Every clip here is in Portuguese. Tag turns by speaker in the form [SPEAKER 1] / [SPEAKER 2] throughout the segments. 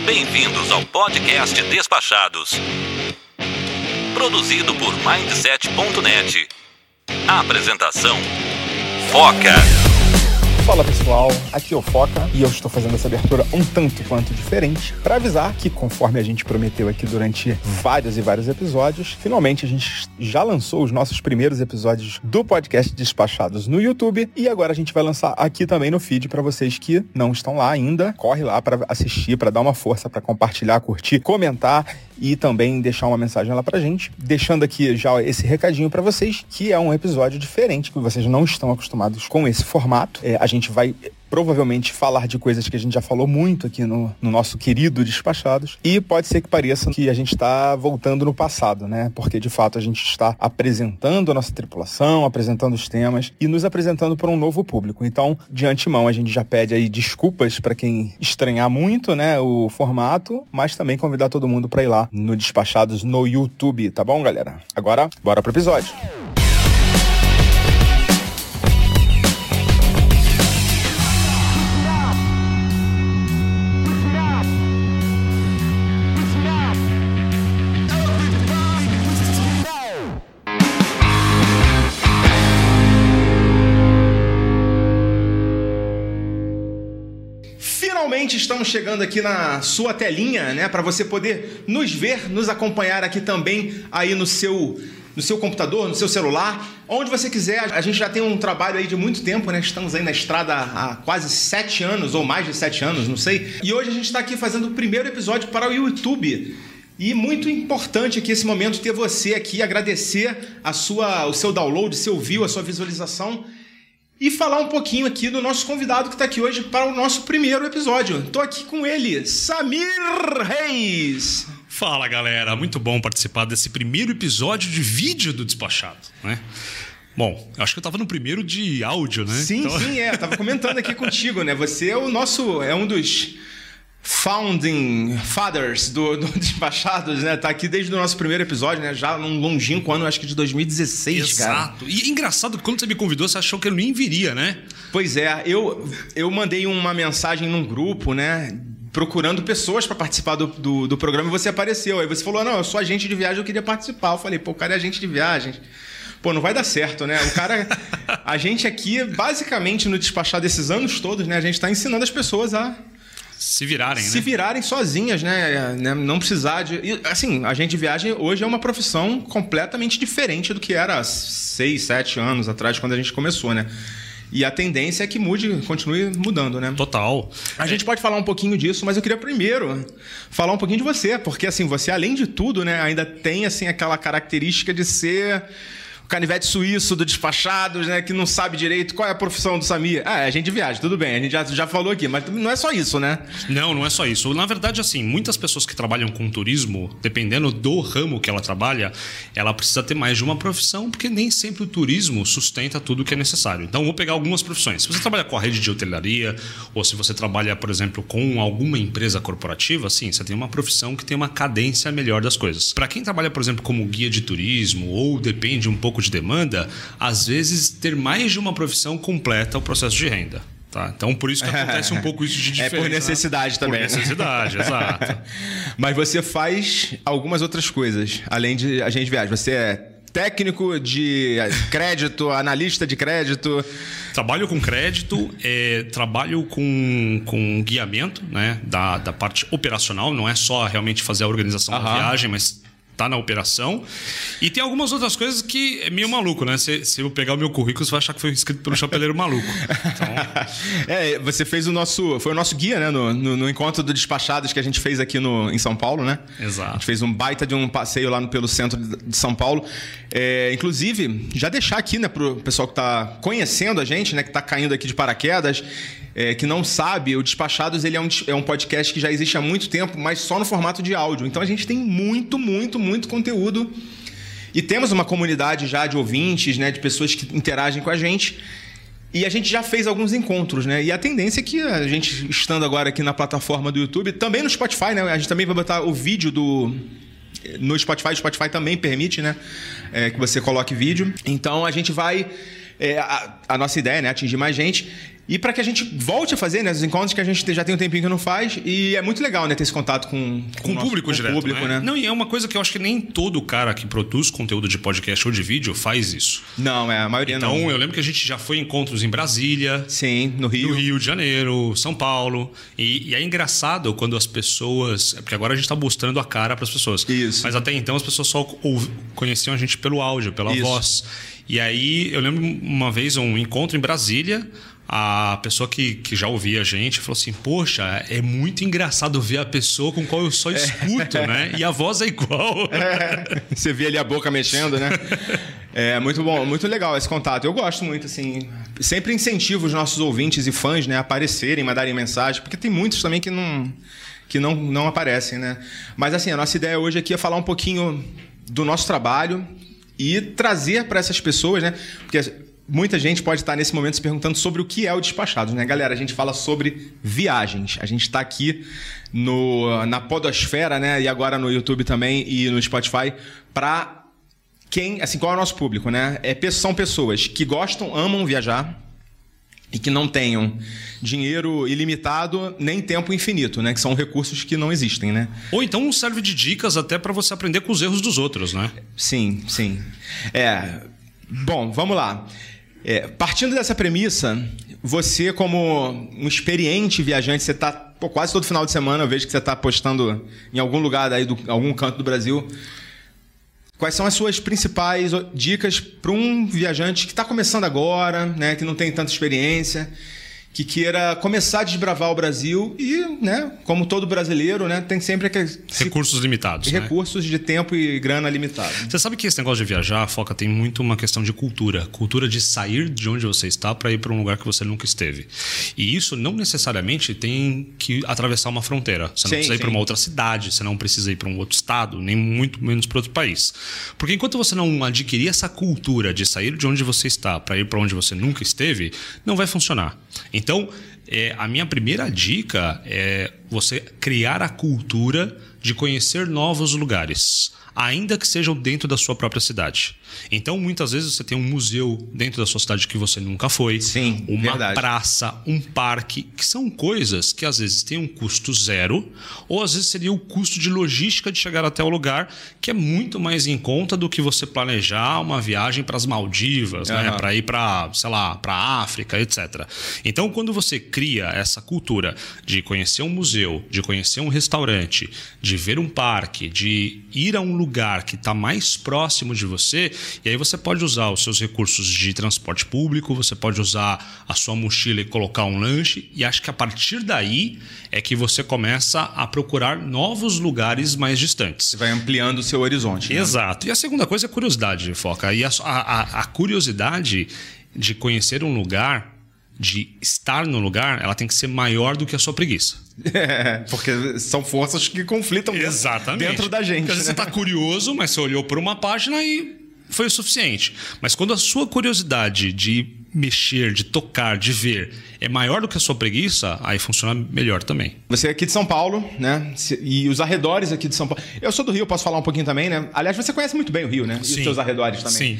[SPEAKER 1] Bem-vindos ao podcast Despachados, produzido por Mindset.net. A apresentação: Foca.
[SPEAKER 2] Fala pessoal, aqui é o Foca e eu estou fazendo essa abertura um tanto quanto diferente para avisar que, conforme a gente prometeu aqui durante vários episódios, finalmente a gente já lançou os nossos primeiros episódios do podcast Despachados no YouTube e agora a gente vai lançar aqui também no feed para vocês que não estão lá ainda. Corre lá para assistir, para dar uma força, para compartilhar, curtir, comentar e também deixar uma mensagem lá pra gente, deixando aqui já esse recadinho pra vocês, que é um episódio diferente, que vocês não estão acostumados com esse formato. A gente vai provavelmente falar de coisas que a gente já falou muito aqui no nosso querido Despachados, e pode ser que pareça que a gente está voltando no passado, né? Porque de fato a gente está apresentando a nossa tripulação, apresentando os temas e nos apresentando para um novo público. Então, de antemão, a gente já pede aí desculpas para quem estranhar muito, né, o formato, mas também convidar todo mundo para ir lá no Despachados no YouTube, tá bom, galera? Agora, bora pro episódio. Finalmente estamos chegando aqui na sua telinha, né, para você poder nos ver, nos acompanhar aqui também aí no seu computador, no seu celular, onde você quiser. A gente já tem um trabalho aí de muito tempo, né? Estamos aí na estrada há quase 7 anos, ou mais de 7 anos, não sei. E hoje a gente está aqui fazendo o primeiro episódio para o YouTube. E muito importante aqui esse momento ter você aqui, agradecer o seu download, seu view, a sua visualização. E falar um pouquinho aqui do nosso convidado que está aqui hoje para o nosso primeiro episódio. Estou aqui com ele, Samir Reis.
[SPEAKER 3] Fala, galera. Muito bom participar desse primeiro episódio de vídeo do Despachado, né? Bom, acho que eu estava no primeiro de áudio, né?
[SPEAKER 2] Sim, então... sim, Estava comentando aqui contigo, né? Você é um dos founding fathers do Despachados, né? Tá aqui desde o nosso primeiro episódio, né? Já num longínquo ano, acho que de 2016,
[SPEAKER 3] Exato.
[SPEAKER 2] Cara.
[SPEAKER 3] Exato. E é engraçado que quando você me convidou, você achou que eu nem viria, né?
[SPEAKER 2] Pois é, eu mandei uma mensagem num grupo, né? Procurando pessoas para participar do programa, e você apareceu. Aí você falou, não, eu sou agente de viagem, eu queria participar. Eu falei, pô, o cara é agente de viagem. Pô, não vai dar certo, né? O cara... A gente aqui, basicamente, no Despachado desses anos todos, né? A gente tá ensinando as pessoas a...
[SPEAKER 3] Se virarem, né?
[SPEAKER 2] Se virarem sozinhas, né? Não precisar de... E, assim, agente de viagem hoje é uma profissão completamente diferente do que era há 6, 7 anos atrás, quando a gente começou, né? E a tendência é que continue mudando, né?
[SPEAKER 3] Total.
[SPEAKER 2] A gente pode falar um pouquinho disso, mas eu queria primeiro falar um pouquinho de você, porque assim, você, além de tudo, né, ainda tem assim aquela característica de ser o canivete suíço do Despachados, né, que não sabe direito qual é a profissão do Samir. É agente de viagem, tudo bem, a gente já falou aqui, mas não é só isso, né?
[SPEAKER 3] Não é só isso. Na verdade, assim, muitas pessoas que trabalham com turismo, dependendo do ramo que ela trabalha, ela precisa ter mais de uma profissão, porque nem sempre o turismo sustenta tudo o que é necessário. Então, vou pegar algumas profissões. Se você trabalha com a rede de hotelaria, ou se você trabalha, por exemplo, com alguma empresa corporativa, sim, você tem uma profissão que tem uma cadência melhor das coisas. Para quem trabalha, por exemplo, como guia de turismo, ou depende um pouco de demanda, às vezes ter mais de uma profissão completa o processo de renda. Tá? Então, por isso que acontece um pouco isso de diferença.
[SPEAKER 2] É por necessidade também.
[SPEAKER 3] Por necessidade, exato.
[SPEAKER 2] Mas você faz algumas outras coisas, além de agente de viagem. Você é técnico de crédito, analista de crédito.
[SPEAKER 3] Trabalho com crédito, trabalho com guiamento, né, da parte operacional. Não é só realmente fazer a organização da viagem, mas tá na operação. E tem algumas outras coisas que é meio maluco, né? Se eu pegar o meu currículo, você vai achar que foi escrito pelo Chapeleiro Maluco. Então...
[SPEAKER 2] você fez foi o nosso guia, né? No encontro do Despachados que a gente fez aqui em São Paulo, né?
[SPEAKER 3] Exato.
[SPEAKER 2] A gente fez um baita de um passeio lá pelo centro de São Paulo. Inclusive, já deixar aqui, né, pro pessoal que tá conhecendo a gente, né? Que tá caindo aqui de paraquedas, que não sabe, o Despachados ele é um podcast que já existe há muito tempo, mas só no formato de áudio. Então a gente tem muito conteúdo e temos uma comunidade já de ouvintes, né, de pessoas que interagem com a gente. E a gente já fez alguns encontros, né? E a tendência é que a gente, estando agora aqui na plataforma do YouTube, também no Spotify, né? A gente também vai botar o vídeo no Spotify. O Spotify também permite, né, que você coloque vídeo. Então a gente vai... a nossa ideia, né, atingir mais gente. E para que a gente volte a fazer, né, os encontros que a gente já tem um tempinho que não faz, e é muito legal, né, ter esse contato com
[SPEAKER 3] o público direto, né? Não, e é uma coisa que eu acho que nem todo cara que produz conteúdo de podcast ou de vídeo faz isso.
[SPEAKER 2] Não, a maioria não.
[SPEAKER 3] Então, eu lembro que a gente já foi em encontros em Brasília.
[SPEAKER 2] Sim, no
[SPEAKER 3] Rio de Janeiro, São Paulo. E é engraçado quando as pessoas... Porque agora a gente tá mostrando a cara para as pessoas.
[SPEAKER 2] Isso.
[SPEAKER 3] Mas até então as pessoas só conheciam a gente pelo áudio, pela voz. E aí, eu lembro uma vez um encontro em Brasília... A pessoa que já ouvia a gente falou assim: poxa, é muito engraçado ver a pessoa com qual eu só escuto, né? E a voz é igual.
[SPEAKER 2] Você vê ali a boca mexendo, né? É muito bom, muito legal esse contato. Eu gosto muito, assim. Sempre incentivo os nossos ouvintes e fãs, né, a aparecerem, mandarem mensagem, porque tem muitos também que não aparecem, né? Mas assim, a nossa ideia hoje aqui é falar um pouquinho do nosso trabalho e trazer para essas pessoas, né? Porque muita gente pode estar nesse momento se perguntando sobre o que é o Despachados, né? Galera, a gente fala sobre viagens. A gente está aqui na podosfera, né? E agora no YouTube também e no Spotify para quem... Assim, qual é o nosso público, né? São pessoas que gostam, amam viajar e que não tenham dinheiro ilimitado nem tempo infinito, né? Que são recursos que não existem, né?
[SPEAKER 3] Ou então serve de dicas até para você aprender com os erros dos outros, né?
[SPEAKER 2] Sim. Bom, vamos lá. Partindo dessa premissa, você como um experiente viajante, você está quase todo final de semana, eu vejo que você está postando em algum lugar daí, algum canto do Brasil. Quais são as suas principais dicas para um viajante que está começando agora, né, que não tem tanta experiência, que queira começar a desbravar o Brasil e, né, como todo brasileiro, né, tem sempre
[SPEAKER 3] recursos limitados,
[SPEAKER 2] recursos de tempo e grana limitados.
[SPEAKER 3] Você sabe que esse negócio de viajar, Foca, tem muito uma questão de cultura de sair de onde você está para ir para um lugar que você nunca esteve. E isso não necessariamente tem que atravessar uma fronteira. Você não precisa ir para uma outra cidade, você não precisa ir para um outro estado, nem muito menos para outro país. Porque enquanto você não adquirir essa cultura de sair de onde você está para ir para onde você nunca esteve, não vai funcionar. Então, a minha primeira dica é você criar a cultura de conhecer novos lugares, ainda que sejam dentro da sua própria cidade. Então, muitas vezes você tem um museu dentro da sua cidade que você nunca foi.
[SPEAKER 2] Sim,
[SPEAKER 3] uma
[SPEAKER 2] verdade.
[SPEAKER 3] Praça, um parque, que são coisas que às vezes têm um custo zero, ou às vezes seria o custo de logística de chegar até o lugar, que é muito mais em conta do que você planejar uma viagem para as Maldivas, né? Para ir para, sei lá, para a África, etc. Então, quando você cria essa cultura de conhecer um museu, de conhecer um restaurante, de ver um parque, de ir a um lugar que está mais próximo de você, e aí você pode usar os seus recursos de transporte público, você pode usar a sua mochila e colocar um lanche, e acho que a partir daí é que você começa a procurar novos lugares mais distantes.
[SPEAKER 2] Você vai ampliando o seu horizonte, né?
[SPEAKER 3] Exato. E a segunda coisa é a curiosidade, Foca. E a curiosidade de conhecer um lugar, de estar no lugar, ela tem que ser maior do que a sua preguiça.
[SPEAKER 2] Porque são forças que conflitam dentro da gente.
[SPEAKER 3] Porque às vezes você está curioso, mas você olhou por uma página e foi o suficiente. Mas quando a sua curiosidade de mexer, de tocar, de ver é maior do que a sua preguiça, aí funciona melhor também. Você
[SPEAKER 2] é aqui de São Paulo, né? E os arredores aqui de São Paulo. Eu sou do Rio, posso falar um pouquinho também, né? Aliás, você conhece muito bem o Rio, né? E os seus arredores também.
[SPEAKER 3] Sim.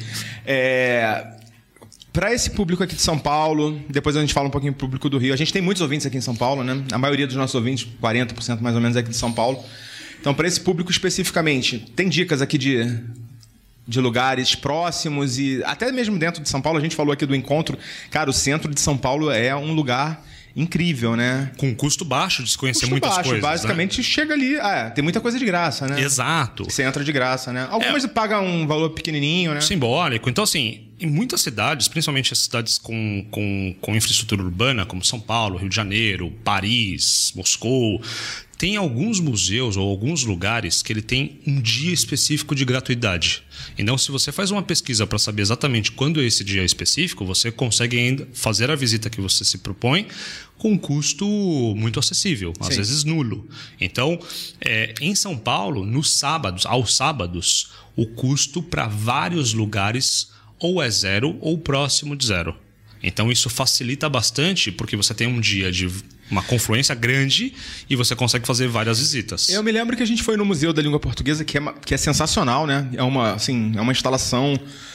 [SPEAKER 2] Para esse público aqui de São Paulo, depois a gente fala um pouquinho do público do Rio. A gente tem muitos ouvintes aqui em São Paulo, né? A maioria dos nossos ouvintes, 40% mais ou menos, é aqui de São Paulo. Então, para esse público especificamente, tem dicas aqui de lugares próximos e até mesmo dentro de São Paulo. A gente falou aqui do encontro. Cara, o centro de São Paulo é um lugar incrível, né?
[SPEAKER 3] Com custo baixo de se conhecer muitas coisas.
[SPEAKER 2] Basicamente, né? Chega ali... tem muita coisa de graça, né?
[SPEAKER 3] Exato.
[SPEAKER 2] Você entra de graça, né? Algumas pagam um valor pequenininho, né?
[SPEAKER 3] Simbólico. Então, assim, em muitas cidades, principalmente as cidades com infraestrutura urbana, como São Paulo, Rio de Janeiro, Paris, Moscou... Tem alguns museus ou alguns lugares que ele tem um dia específico de gratuidade. Então, se você faz uma pesquisa para saber exatamente quando é esse dia específico, você consegue ainda fazer a visita que você se propõe com um custo muito acessível, às vezes nulo. Então, em São Paulo, aos sábados, o custo para vários lugares ou é zero ou próximo de zero. Então, isso facilita bastante porque você tem um dia de uma confluência grande e você consegue fazer várias visitas.
[SPEAKER 2] Eu me lembro que a gente foi no Museu da Língua Portuguesa, que é sensacional, né? É uma instalação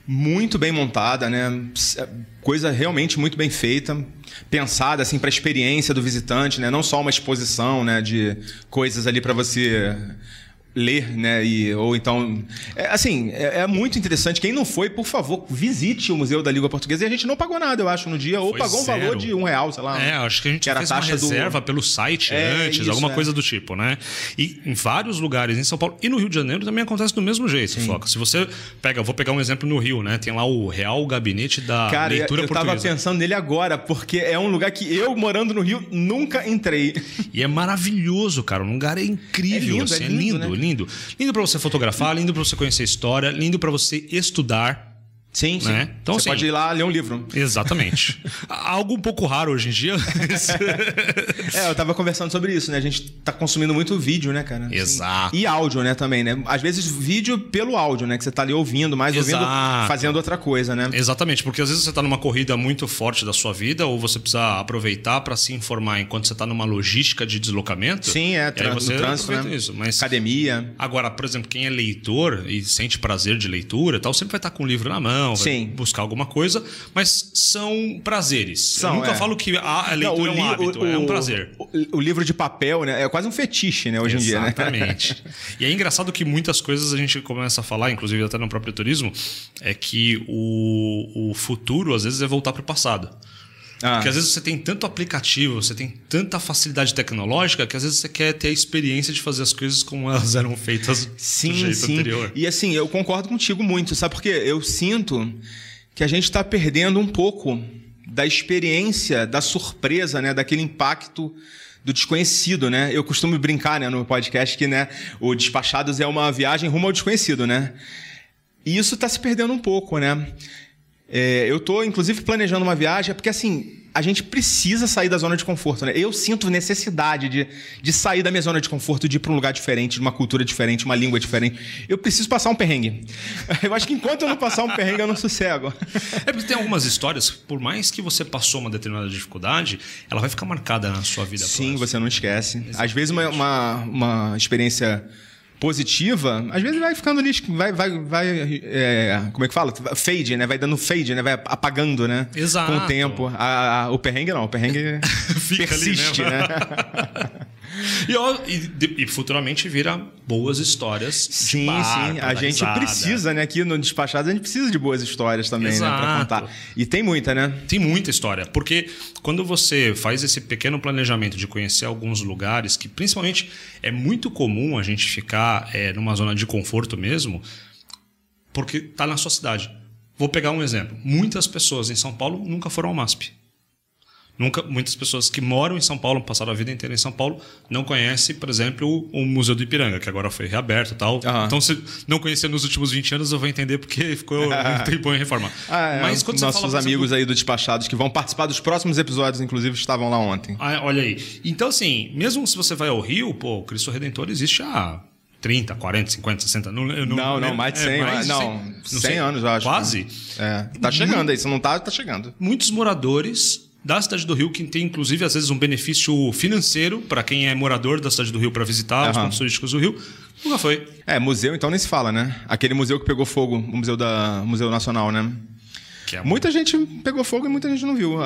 [SPEAKER 2] muito bem montada, né? Coisa realmente muito bem feita, pensada assim para a experiência do visitante, né? Não só uma exposição, né, de coisas ali para você ler, né? Ou então... É muito interessante. Quem não foi, por favor, visite o Museu da Língua Portuguesa. E a gente não pagou nada, eu acho, no dia. Ou pagou um valor de R$1, sei lá.
[SPEAKER 3] Acho que a gente fez uma reserva pelo site antes,
[SPEAKER 2] isso,
[SPEAKER 3] alguma coisa do tipo, né? E em vários lugares em São Paulo e no Rio de Janeiro também acontece do mesmo jeito, Foca. Se você pega... Eu vou pegar um exemplo no Rio, né? Tem lá o Real Gabinete da Leitura Portuguesa.
[SPEAKER 2] Eu tava pensando nele agora, porque é um lugar que eu, morando no Rio, nunca entrei.
[SPEAKER 3] E é maravilhoso, cara. O lugar é incrível.
[SPEAKER 2] É lindo, né?
[SPEAKER 3] Lindo. Lindo pra você fotografar, lindo pra você conhecer a história, lindo pra você estudar.
[SPEAKER 2] Sim, sim.
[SPEAKER 3] Né? Então,
[SPEAKER 2] você pode ir lá ler um livro.
[SPEAKER 3] Exatamente. Algo um pouco raro hoje em dia.
[SPEAKER 2] Eu tava conversando sobre isso, né? A gente tá consumindo muito vídeo, né, cara?
[SPEAKER 3] Exato.
[SPEAKER 2] E áudio, né, também, né? Às vezes vídeo pelo áudio, né? Que você tá ali ouvindo, fazendo outra coisa, né?
[SPEAKER 3] Exatamente, porque às vezes você tá numa corrida muito forte da sua vida ou você precisa aproveitar para se informar enquanto você tá numa logística de deslocamento.
[SPEAKER 2] Sim,
[SPEAKER 3] e aí você
[SPEAKER 2] no trânsito, né?
[SPEAKER 3] Isso, mas
[SPEAKER 2] academia.
[SPEAKER 3] Agora, por exemplo, quem é leitor e sente prazer de leitura e tal, sempre vai estar com o livro na mão, vai buscar alguma coisa, mas são prazeres. Eu nunca falo que a leitura é um hábito, é um prazer.
[SPEAKER 2] O livro de papel, né? É quase um fetiche, né? Hoje em dia, né?
[SPEAKER 3] Exatamente. E é engraçado que muitas coisas a gente começa a falar, inclusive até no próprio turismo, é que o futuro, às vezes, é voltar para o passado. Porque às vezes você tem tanto aplicativo, você tem tanta facilidade tecnológica que às vezes você quer ter a experiência de fazer as coisas como elas eram feitas do jeito anterior.
[SPEAKER 2] E assim, eu concordo contigo muito, sabe? Porque eu sinto que a gente está perdendo um pouco da experiência, da surpresa, né? Daquele impacto do desconhecido, né? Eu costumo brincar, né, no podcast que, né, o Despachados é uma viagem rumo ao desconhecido, né? E isso está se perdendo um pouco, né? Eu estou, inclusive, planejando uma viagem, porque, assim, a gente precisa sair da zona de conforto, né? Eu sinto necessidade de sair da minha zona de conforto, de ir para um lugar diferente, de uma cultura diferente, uma língua diferente. Eu preciso passar um perrengue. Eu acho que enquanto eu não passar um perrengue, eu não sossego.
[SPEAKER 3] Porque tem algumas histórias, por mais que você passou uma determinada dificuldade, ela vai ficar marcada na sua vida.
[SPEAKER 2] Sim, você não esquece. Exatamente. Às vezes uma experiência positiva, às vezes vai ficando ali, como é que fala? Fade, né? Vai dando fade, né? Vai apagando, né?
[SPEAKER 3] Exato.
[SPEAKER 2] Com o tempo. O perrengue não, o perrengue persiste, ali, né?
[SPEAKER 3] E futuramente vira boas histórias.
[SPEAKER 2] Sim, sim. A gente precisa, né? Aqui no Despachados a gente precisa de boas histórias também, né? Pra contar. E tem muita, né?
[SPEAKER 3] Tem muita história. Porque quando você faz esse pequeno planejamento de conhecer alguns lugares, que principalmente é muito comum a gente ficar numa zona de conforto mesmo, porque tá na sua cidade. Vou pegar um exemplo. Muitas pessoas em São Paulo nunca foram ao MASP. Muitas pessoas que moram em São Paulo, passaram a vida inteira em São Paulo, não conhecem, por exemplo, o Museu do Ipiranga, que agora foi reaberto e tal. Uhum. Então, se não conhecer nos últimos 20 anos, eu vou entender porque ficou um tempo em reforma.
[SPEAKER 2] Mas quando nossos você fala, amigos aí do Despachados que vão participar dos próximos episódios, inclusive, estavam lá ontem.
[SPEAKER 3] Olha aí. Então, assim, mesmo se você vai ao Rio, o Cristo Redentor existe há 30, 40, 50, 60...
[SPEAKER 2] Não, mais de 100. Não, 100 anos, eu acho.
[SPEAKER 3] Quase?
[SPEAKER 2] Tá chegando aí. Se não tá chegando.
[SPEAKER 3] Muitos moradores da cidade do Rio, que tem, inclusive, às vezes, um benefício financeiro para quem é morador da cidade do Rio para visitar os pontos turísticos do Rio, nunca foi.
[SPEAKER 2] Museu, então, nem se fala, né? Aquele museu que pegou fogo, o Museu Nacional, né? Muita gente pegou fogo e muita gente não viu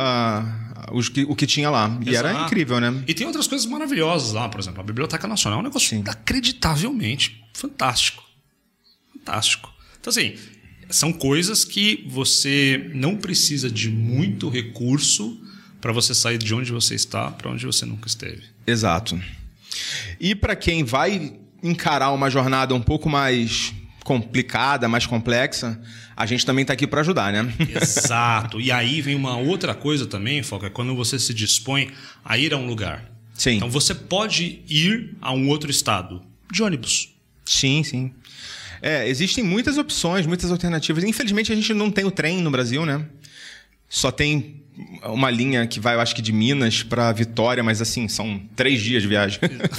[SPEAKER 2] o que tinha lá. E era incrível, né?
[SPEAKER 3] E tem outras coisas maravilhosas lá, por exemplo, a Biblioteca Nacional é um negócio inacreditavelmente fantástico. Fantástico. Então, assim, são coisas que você não precisa de muito recurso para você sair de onde você está para onde você nunca esteve.
[SPEAKER 2] Exato. E para quem vai encarar uma jornada um pouco mais complicada, mais complexa, a gente também está aqui para ajudar, né?
[SPEAKER 3] Exato. E aí vem uma outra coisa também, Foca, é quando você se dispõe a ir a um lugar.
[SPEAKER 2] Sim.
[SPEAKER 3] Então você pode ir a um outro estado de ônibus.
[SPEAKER 2] Sim, sim. Existem muitas opções, muitas alternativas. Infelizmente, a gente não tem o trem no Brasil, né? Só tem uma linha que vai, eu acho que de Minas para Vitória, mas assim, são 3 dias de viagem.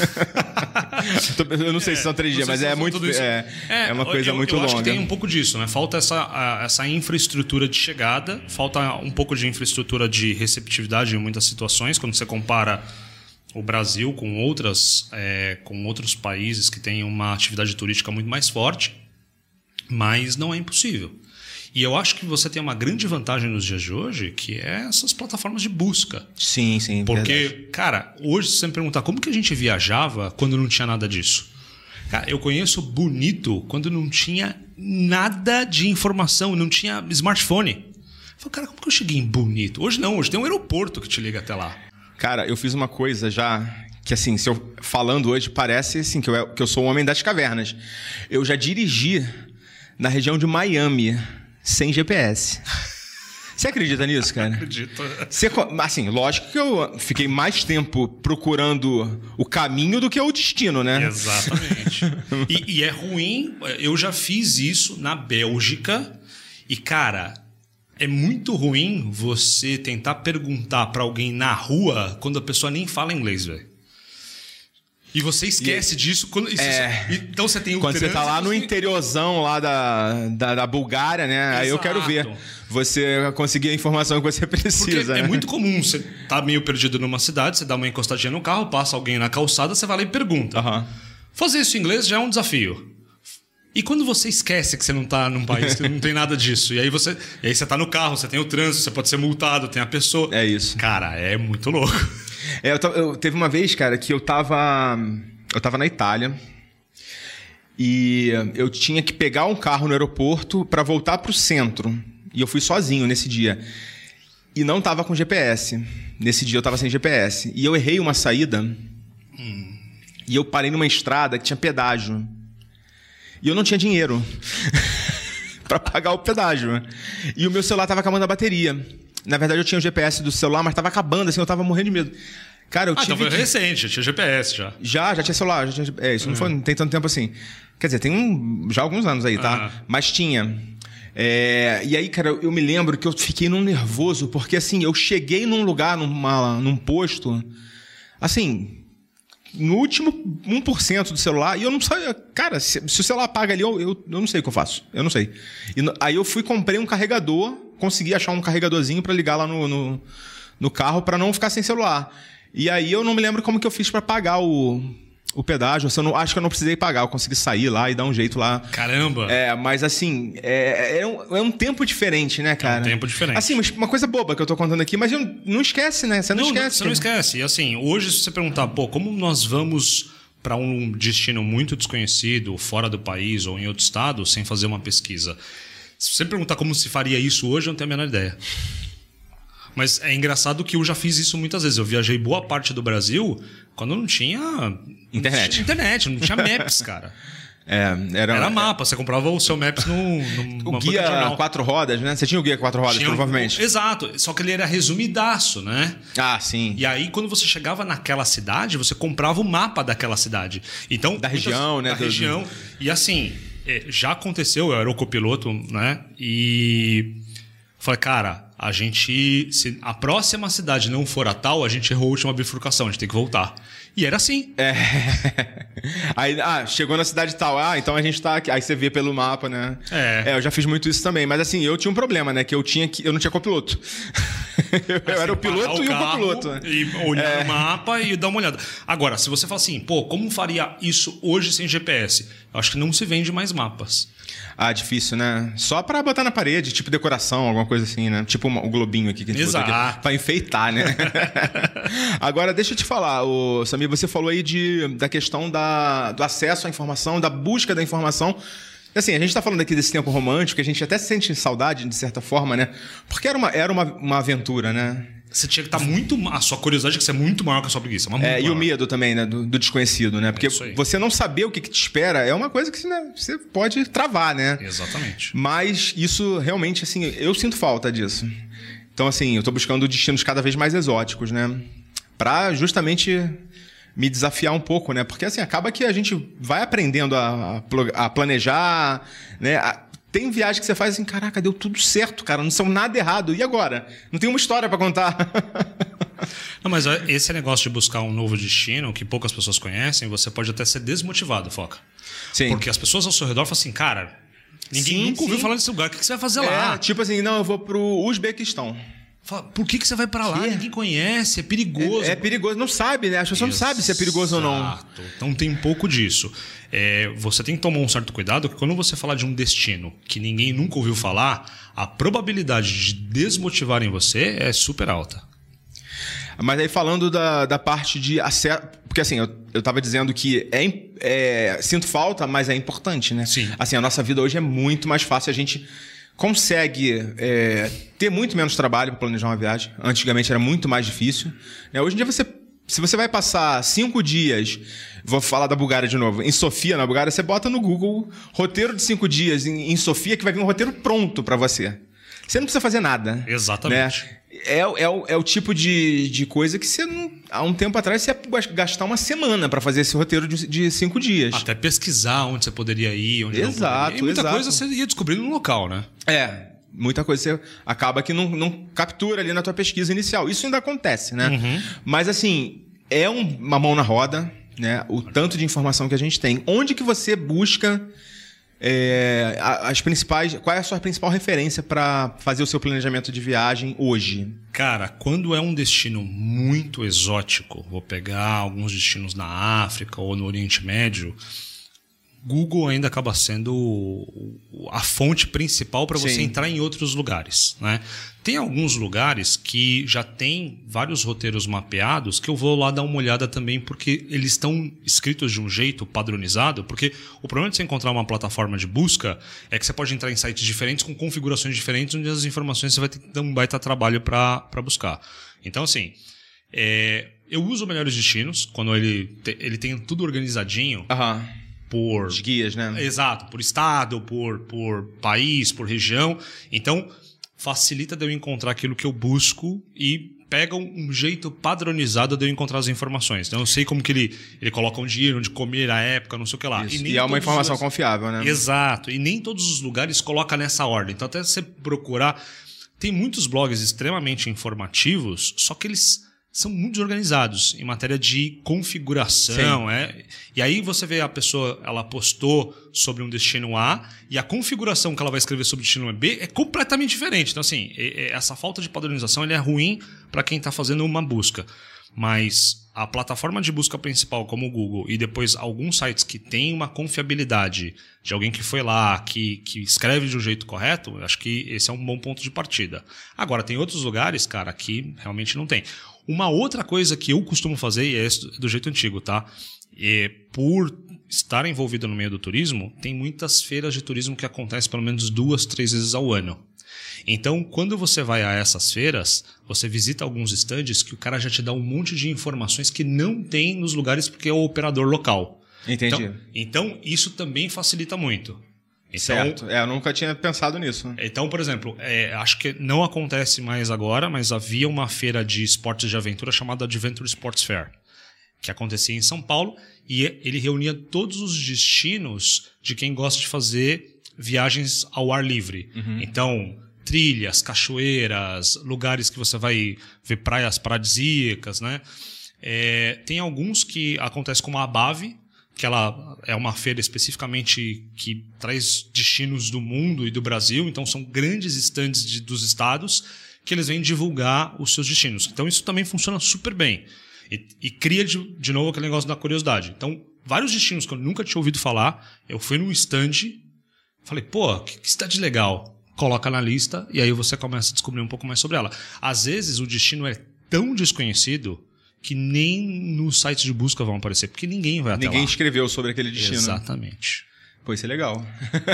[SPEAKER 2] Eu não sei se são 3 dias, mas é muito. É uma coisa muito longa.
[SPEAKER 3] Eu acho que tem um pouco disso, né? Falta essa infraestrutura de chegada, falta um pouco de infraestrutura de receptividade em muitas situações, quando você compara o Brasil com outros países que têm uma atividade turística muito mais forte, mas não é impossível. E eu acho que você tem uma grande vantagem nos dias de hoje, que é essas plataformas de busca.
[SPEAKER 2] Sim,
[SPEAKER 3] Porque,
[SPEAKER 2] verdade.
[SPEAKER 3] cara, hoje se você me perguntar como que a gente viajava quando não tinha nada disso. Cara, eu conheço Bonito quando não tinha nada de informação, não tinha smartphone. Eu falei, cara, como que eu cheguei em Bonito? Hoje não, hoje tem um aeroporto que te liga até lá.
[SPEAKER 2] Cara, eu fiz uma coisa já que, assim, se eu falando hoje, parece assim, que eu sou um homem das cavernas. Eu já dirigi na região de Miami sem GPS. Você acredita nisso, cara?
[SPEAKER 3] Acredito.
[SPEAKER 2] Assim, lógico que eu fiquei mais tempo procurando o caminho do que o destino, né?
[SPEAKER 3] Exatamente. E é ruim, eu já fiz isso na Bélgica e, cara, é muito ruim você tentar perguntar pra alguém na rua quando a pessoa nem fala inglês, velho. E você esquece disso. Então você tem o
[SPEAKER 2] Quando você tá lá no interiorzão lá da Bulgária, né?
[SPEAKER 3] Exato.
[SPEAKER 2] Aí eu quero ver você conseguir a informação que você precisa.
[SPEAKER 3] Porque
[SPEAKER 2] né?
[SPEAKER 3] é muito comum, você tá meio perdido numa cidade, você dá uma encostadinha no carro, passa alguém na calçada, você vai lá e pergunta.
[SPEAKER 2] Uhum.
[SPEAKER 3] Fazer isso em inglês já é um desafio. E quando você esquece que você não tá num país que não tem nada disso, e aí você tá no carro, você tem o trânsito, você pode ser multado, tem a pessoa...
[SPEAKER 2] É isso.
[SPEAKER 3] Cara, é muito louco.
[SPEAKER 2] Teve uma vez, cara, que eu tava na Itália e eu tinha que pegar um carro no aeroporto pra voltar pro centro. E eu fui sozinho nesse dia. E não tava com GPS. Nesse dia eu tava sem GPS. E eu errei uma saída e eu parei numa estrada que tinha pedágio. E eu não tinha dinheiro pra pagar o pedágio. E o meu celular tava acabando a bateria. Na verdade, eu tinha o GPS do celular, mas tava acabando, assim, eu tava morrendo de medo. Cara, eu tive
[SPEAKER 3] então foi recente, tinha GPS já.
[SPEAKER 2] Já tinha celular. Isso não tem tanto tempo assim. Quer dizer, tem já alguns anos aí, tá? Mas tinha. E aí, cara, eu me lembro que eu fiquei num nervoso, porque assim, eu cheguei num lugar, num posto, assim... No último 1% do celular, e eu não sabia... Cara, se o celular apaga ali, eu não sei o que eu faço. Eu não sei. Aí eu comprei um carregador, consegui achar um carregadorzinho pra ligar lá no carro pra não ficar sem celular. E aí eu não me lembro como que eu fiz pra pagar o pedágio. Acho que eu não precisei pagar, eu consegui sair lá e dar um jeito lá.
[SPEAKER 3] Caramba!
[SPEAKER 2] Mas assim, é um tempo diferente, né, cara?
[SPEAKER 3] É um tempo diferente.
[SPEAKER 2] Assim, uma coisa boba que eu tô contando aqui, mas não esquece, né? Você não esquece.
[SPEAKER 3] Você não esquece. E assim, hoje se você perguntar, como nós vamos para um destino muito desconhecido, fora do país ou em outro estado, sem fazer uma pesquisa. Se você perguntar como se faria isso hoje, eu não tenho a menor ideia. Mas é engraçado que eu já fiz isso muitas vezes. Eu viajei boa parte do Brasil quando não tinha...
[SPEAKER 2] Internet,
[SPEAKER 3] não tinha Maps, cara.
[SPEAKER 2] Era
[SPEAKER 3] mapa. Você comprava o seu Maps
[SPEAKER 2] o guia 4 rodas, né? Você tinha o guia 4 rodas, provavelmente.
[SPEAKER 3] Exato. Só que ele era resumidaço, né?
[SPEAKER 2] Ah, sim.
[SPEAKER 3] E aí, quando você chegava naquela cidade, você comprava o mapa daquela cidade. Então,
[SPEAKER 2] da região, né?
[SPEAKER 3] Da região. E assim, já aconteceu, eu era o copiloto, né? E falei, cara, se a próxima cidade não for a tal, a gente errou a última bifurcação, a gente tem que voltar. E era assim.
[SPEAKER 2] Aí, chegou na cidade tal. Então a gente tá aqui. Aí você vê pelo mapa, né? Eu já fiz muito isso também. Mas assim, eu tinha um problema, né? Que eu não tinha copiloto. Eu era o piloto e o copiloto.
[SPEAKER 3] E olhar o mapa e dar uma olhada. Agora, se você fala assim, como faria isso hoje sem GPS? Eu acho que não se vende mais mapas.
[SPEAKER 2] Difícil, né? Só pra botar na parede, tipo decoração, alguma coisa assim, né? Tipo o globinho aqui que a gente botou aqui. Pra enfeitar, né? Agora, deixa eu te falar, Samir, você falou aí da questão do acesso à informação, da busca da informação. Assim, a gente tá falando aqui desse tempo romântico, que a gente até sente saudade, de certa forma, né? Porque era uma aventura, né?
[SPEAKER 3] Você tinha que estar muito... A sua curiosidade tinha que ser muito maior que a sua preguiça.
[SPEAKER 2] E o medo também, né? Do desconhecido, né? Porque você não saber o que te espera é uma coisa que você pode travar, né?
[SPEAKER 3] Exatamente.
[SPEAKER 2] Mas isso realmente, assim, eu sinto falta disso. Então, assim, eu tô buscando destinos cada vez mais exóticos, né? Pra justamente me desafiar um pouco, né? Porque, assim, acaba que a gente vai aprendendo a planejar, né? Tem viagem que você faz assim, caraca, deu tudo certo, cara, não saiu nada errado. E agora? Não tem uma história pra contar.
[SPEAKER 3] Não, mas esse negócio de buscar um novo destino, que poucas pessoas conhecem, você pode até ser desmotivado, Foca.
[SPEAKER 2] Sim.
[SPEAKER 3] Porque as pessoas ao seu redor falam assim, cara, ninguém nunca ouviu falar desse lugar, o que você vai fazer lá?
[SPEAKER 2] Tipo assim, não, eu vou pro Uzbequistão.
[SPEAKER 3] Fala, por que você vai pra lá? Ninguém conhece, é perigoso.
[SPEAKER 2] É perigoso, não sabe, né? As pessoas não sabem se é perigoso ou não.
[SPEAKER 3] Então tem um pouco disso. Você tem que tomar um certo cuidado, que quando você falar de um destino que ninguém nunca ouviu falar, a probabilidade de desmotivarem você é super alta.
[SPEAKER 2] Mas aí falando da parte de acesso... Porque assim, eu tava dizendo que sinto falta, mas é importante, né?
[SPEAKER 3] Sim.
[SPEAKER 2] Assim, a nossa vida hoje é muito mais fácil. A gente consegue ter muito menos trabalho para planejar uma viagem. Antigamente era muito mais difícil. Hoje em dia, se você vai passar 5 dias... Vou falar da Bulgária de novo. Em Sofia, na Bulgária, você bota no Google roteiro de 5 dias em Sofia, que vai vir um roteiro pronto para você. Você não precisa fazer nada.
[SPEAKER 3] Exatamente.
[SPEAKER 2] Né? É o tipo de coisa que você não... Há um tempo atrás você ia gastar uma semana para fazer esse roteiro de 5 dias.
[SPEAKER 3] Até pesquisar onde você poderia ir, onde
[SPEAKER 2] exato,
[SPEAKER 3] não poderia ir. E muita coisa você ia descobrindo no local, né?
[SPEAKER 2] Muita coisa você acaba que não captura ali na tua pesquisa inicial. Isso ainda acontece, né? Uhum. Mas assim, é uma mão na roda, né? O tanto de informação que a gente tem. Onde que você busca... qual é a sua principal referência para fazer o seu planejamento de viagem hoje?
[SPEAKER 3] Cara, quando é um destino muito exótico, vou pegar alguns destinos na África ou no Oriente Médio, Google ainda acaba sendo a fonte principal para você entrar em outros lugares, né? Tem alguns lugares que já tem vários roteiros mapeados que eu vou lá dar uma olhada também, porque eles estão escritos de um jeito padronizado, porque o problema de você encontrar uma plataforma de busca é que você pode entrar em sites diferentes com configurações diferentes, onde as informações você vai ter que dar um baita trabalho para buscar. Então, assim, eu uso Melhores Destinos, quando ele tem tudo organizadinho. Por
[SPEAKER 2] os guias, né?
[SPEAKER 3] Exato, por estado, por país, por região. Então, facilita de eu encontrar aquilo que eu busco e pega um jeito padronizado de eu encontrar as informações. Então, eu sei como que ele coloca onde ir, onde comer, a época, não sei o que lá.
[SPEAKER 2] E é uma informação confiável, né?
[SPEAKER 3] Exato. E nem todos os lugares colocam nessa ordem. Então, até você procurar... Tem muitos blogs extremamente informativos, só que eles... são muito desorganizados em matéria de configuração. E aí você vê a pessoa, ela postou sobre um destino A e a configuração que ela vai escrever sobre o destino B é completamente diferente. Então, assim, essa falta de padronização é ruim para quem está fazendo uma busca. Mas a plataforma de busca principal, como o Google, e depois alguns sites que têm uma confiabilidade de alguém que foi lá, que escreve de um jeito correto, acho que esse é um bom ponto de partida. Agora, tem outros lugares, cara, que realmente não tem. Uma outra coisa que eu costumo fazer, e é do jeito antigo, tá? Por estar envolvido no meio do turismo, tem muitas feiras de turismo que acontecem pelo menos 2, 3 vezes ao ano. Então, quando você vai a essas feiras, você visita alguns estandes que o cara já te dá um monte de informações que não tem nos lugares porque é o operador local.
[SPEAKER 2] Entendi.
[SPEAKER 3] Então isso também facilita muito. Então,
[SPEAKER 2] certo. Eu nunca tinha pensado nisso.
[SPEAKER 3] Então, por exemplo, acho que não acontece mais agora, mas havia uma feira de esportes de aventura chamada Adventure Sports Fair, que acontecia em São Paulo, e ele reunia todos os destinos de quem gosta de fazer viagens ao ar livre. Uhum. Então, trilhas, cachoeiras, lugares que você vai ver praias paradisíacas, né? Tem alguns que acontecem como a Abave, que ela é uma feira especificamente que traz destinos do mundo e do Brasil, então são grandes estandes dos estados que eles vêm divulgar os seus destinos. Então isso também funciona super bem e cria de novo aquele negócio da curiosidade. Então, vários destinos que eu nunca tinha ouvido falar, eu fui num stand, falei, pô, que cidade legal, coloca na lista e aí você começa a descobrir um pouco mais sobre ela. Às vezes o destino é tão desconhecido que nem nos sites de busca vão aparecer, porque ninguém vai até lá.
[SPEAKER 2] Ninguém escreveu sobre aquele destino.
[SPEAKER 3] Exatamente.
[SPEAKER 2] Pô, isso é legal.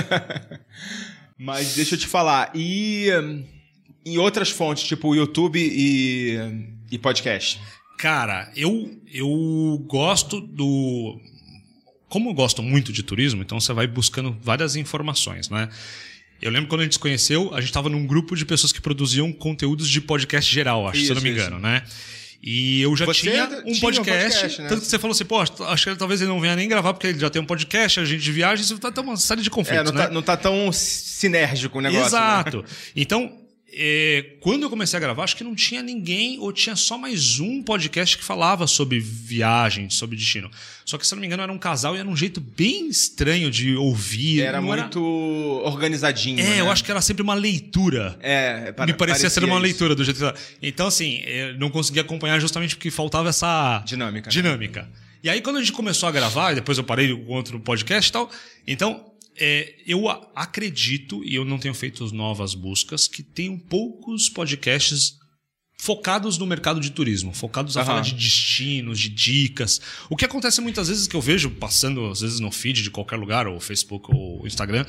[SPEAKER 2] Mas deixa eu te falar, e em outras fontes, tipo YouTube e podcast?
[SPEAKER 3] Cara, eu gosto do... Como eu gosto muito de turismo, então você vai buscando várias informações, né? Eu lembro quando a gente se conheceu, a gente estava num grupo de pessoas que produziam conteúdos de podcast geral, acho, se eu não me engano, né? E eu já tinha um podcast, né? Tanto que você falou assim, pô, acho que talvez ele não venha nem gravar porque ele já tem um podcast, a gente de viagem, isso tá uma série de conflitos,
[SPEAKER 2] não tá tão sinérgico o negócio.
[SPEAKER 3] Exato.
[SPEAKER 2] Né?
[SPEAKER 3] Então, quando eu comecei a gravar, acho que não tinha ninguém, ou tinha só mais um podcast que falava sobre viagem, sobre destino. Só que, se eu não me engano, era um casal e era um jeito bem estranho de ouvir.
[SPEAKER 2] Era muito organizadinho.
[SPEAKER 3] Eu acho que era sempre uma leitura. Me parecia ser uma leitura do jeito que era. Então, assim, eu não conseguia acompanhar justamente porque faltava essa dinâmica. E aí, quando a gente começou a gravar, e depois eu parei com outro podcast e tal, então... eu acredito, e eu não tenho feito novas buscas, que tem poucos podcasts focados no mercado de turismo, focados a falar de destinos, de dicas. O que acontece muitas vezes, que eu vejo passando às vezes no feed de qualquer lugar, ou Facebook ou Instagram,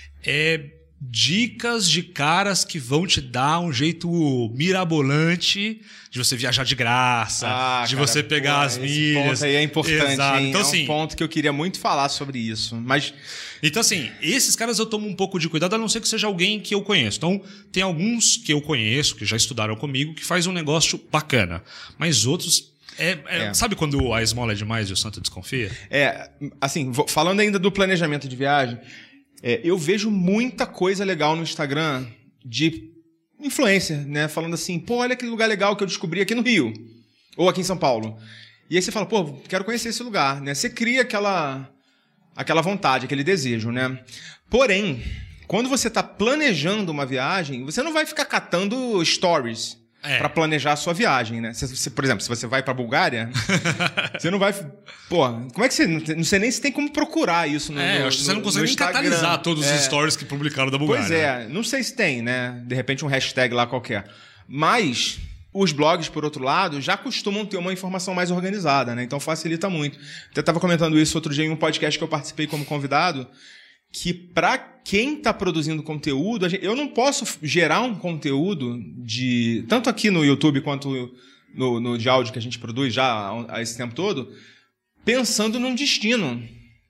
[SPEAKER 3] dicas de caras que vão te dar um jeito mirabolante de você viajar de graça, de você pegar as milhas.
[SPEAKER 2] Esse ponto aí é importante,
[SPEAKER 3] Exato.
[SPEAKER 2] Hein?
[SPEAKER 3] Então,
[SPEAKER 2] assim, um ponto que eu queria muito falar sobre isso. Mas...
[SPEAKER 3] Então, assim, esses caras eu tomo um pouco de cuidado, a não ser que seja alguém que eu conheço. Então, tem alguns que eu conheço, que já estudaram comigo, que faz um negócio bacana. Mas outros... Sabe quando a esmola é demais e o santo desconfia?
[SPEAKER 2] Assim, falando ainda do planejamento de viagem, eu vejo muita coisa legal no Instagram de influencer, né? Falando assim, pô, olha aquele lugar legal que eu descobri aqui no Rio. Ou aqui em São Paulo. E aí você fala, pô, quero conhecer esse lugar, né? Você cria aquela vontade, aquele desejo, né? Porém, quando você está planejando uma viagem, você não vai ficar catando stories para planejar a sua viagem, né? Por exemplo, se você vai para a Bulgária, você não vai... Pô, como é que você... Não sei nem se tem como procurar isso no
[SPEAKER 3] acho que você não consegue nem catalisar todos os stories que publicaram da Bulgária.
[SPEAKER 2] Pois não sei se tem, né? De repente um hashtag lá qualquer. Mas... os blogs, por outro lado, já costumam ter uma informação mais organizada, né? Então facilita muito. Eu estava comentando isso outro dia em um podcast que eu participei como convidado, que para quem está produzindo conteúdo, eu não posso gerar um conteúdo tanto aqui no YouTube quanto no de áudio que a gente produz já há esse tempo todo, pensando num destino.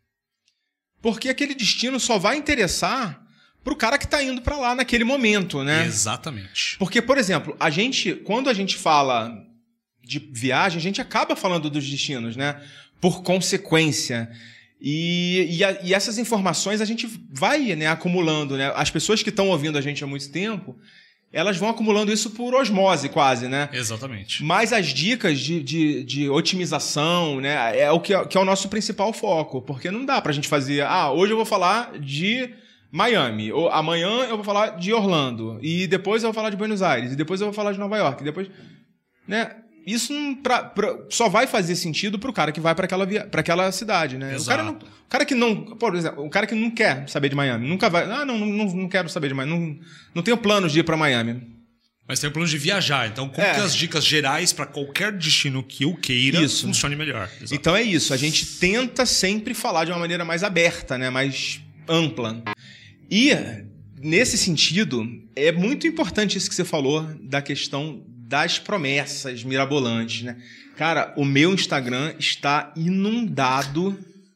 [SPEAKER 2] Porque aquele destino só vai interessar pro cara que tá indo para lá naquele momento, né?
[SPEAKER 3] Exatamente.
[SPEAKER 2] Porque, por exemplo, quando a gente fala de viagem, a gente acaba falando dos destinos, né? Por consequência. E essas informações a gente vai, né, acumulando, né? As pessoas que estão ouvindo a gente há muito tempo, elas vão acumulando isso por osmose quase, né?
[SPEAKER 3] Exatamente.
[SPEAKER 2] Mas as dicas de otimização, né, é o que é o nosso principal foco. Porque não dá pra gente fazer... hoje eu vou falar de Miami, ou amanhã eu vou falar de Orlando, e depois eu vou falar de Buenos Aires, e depois eu vou falar de Nova York, e depois... né? Isso só vai fazer sentido pro cara que vai para aquela cidade, né?
[SPEAKER 3] Exato.
[SPEAKER 2] O cara que não... Por exemplo, o cara que não quer saber de Miami, nunca vai... não quero saber de Miami, não tenho planos de ir para Miami.
[SPEAKER 3] Mas tem o plano de viajar, então como que as dicas gerais para qualquer destino que eu queira funcione melhor. Exato.
[SPEAKER 2] Então é isso, a gente tenta sempre falar de uma maneira mais aberta, né? Mais ampla. E, nesse sentido, é muito importante isso que você falou da questão das promessas mirabolantes, né? Cara, o meu Instagram está inundado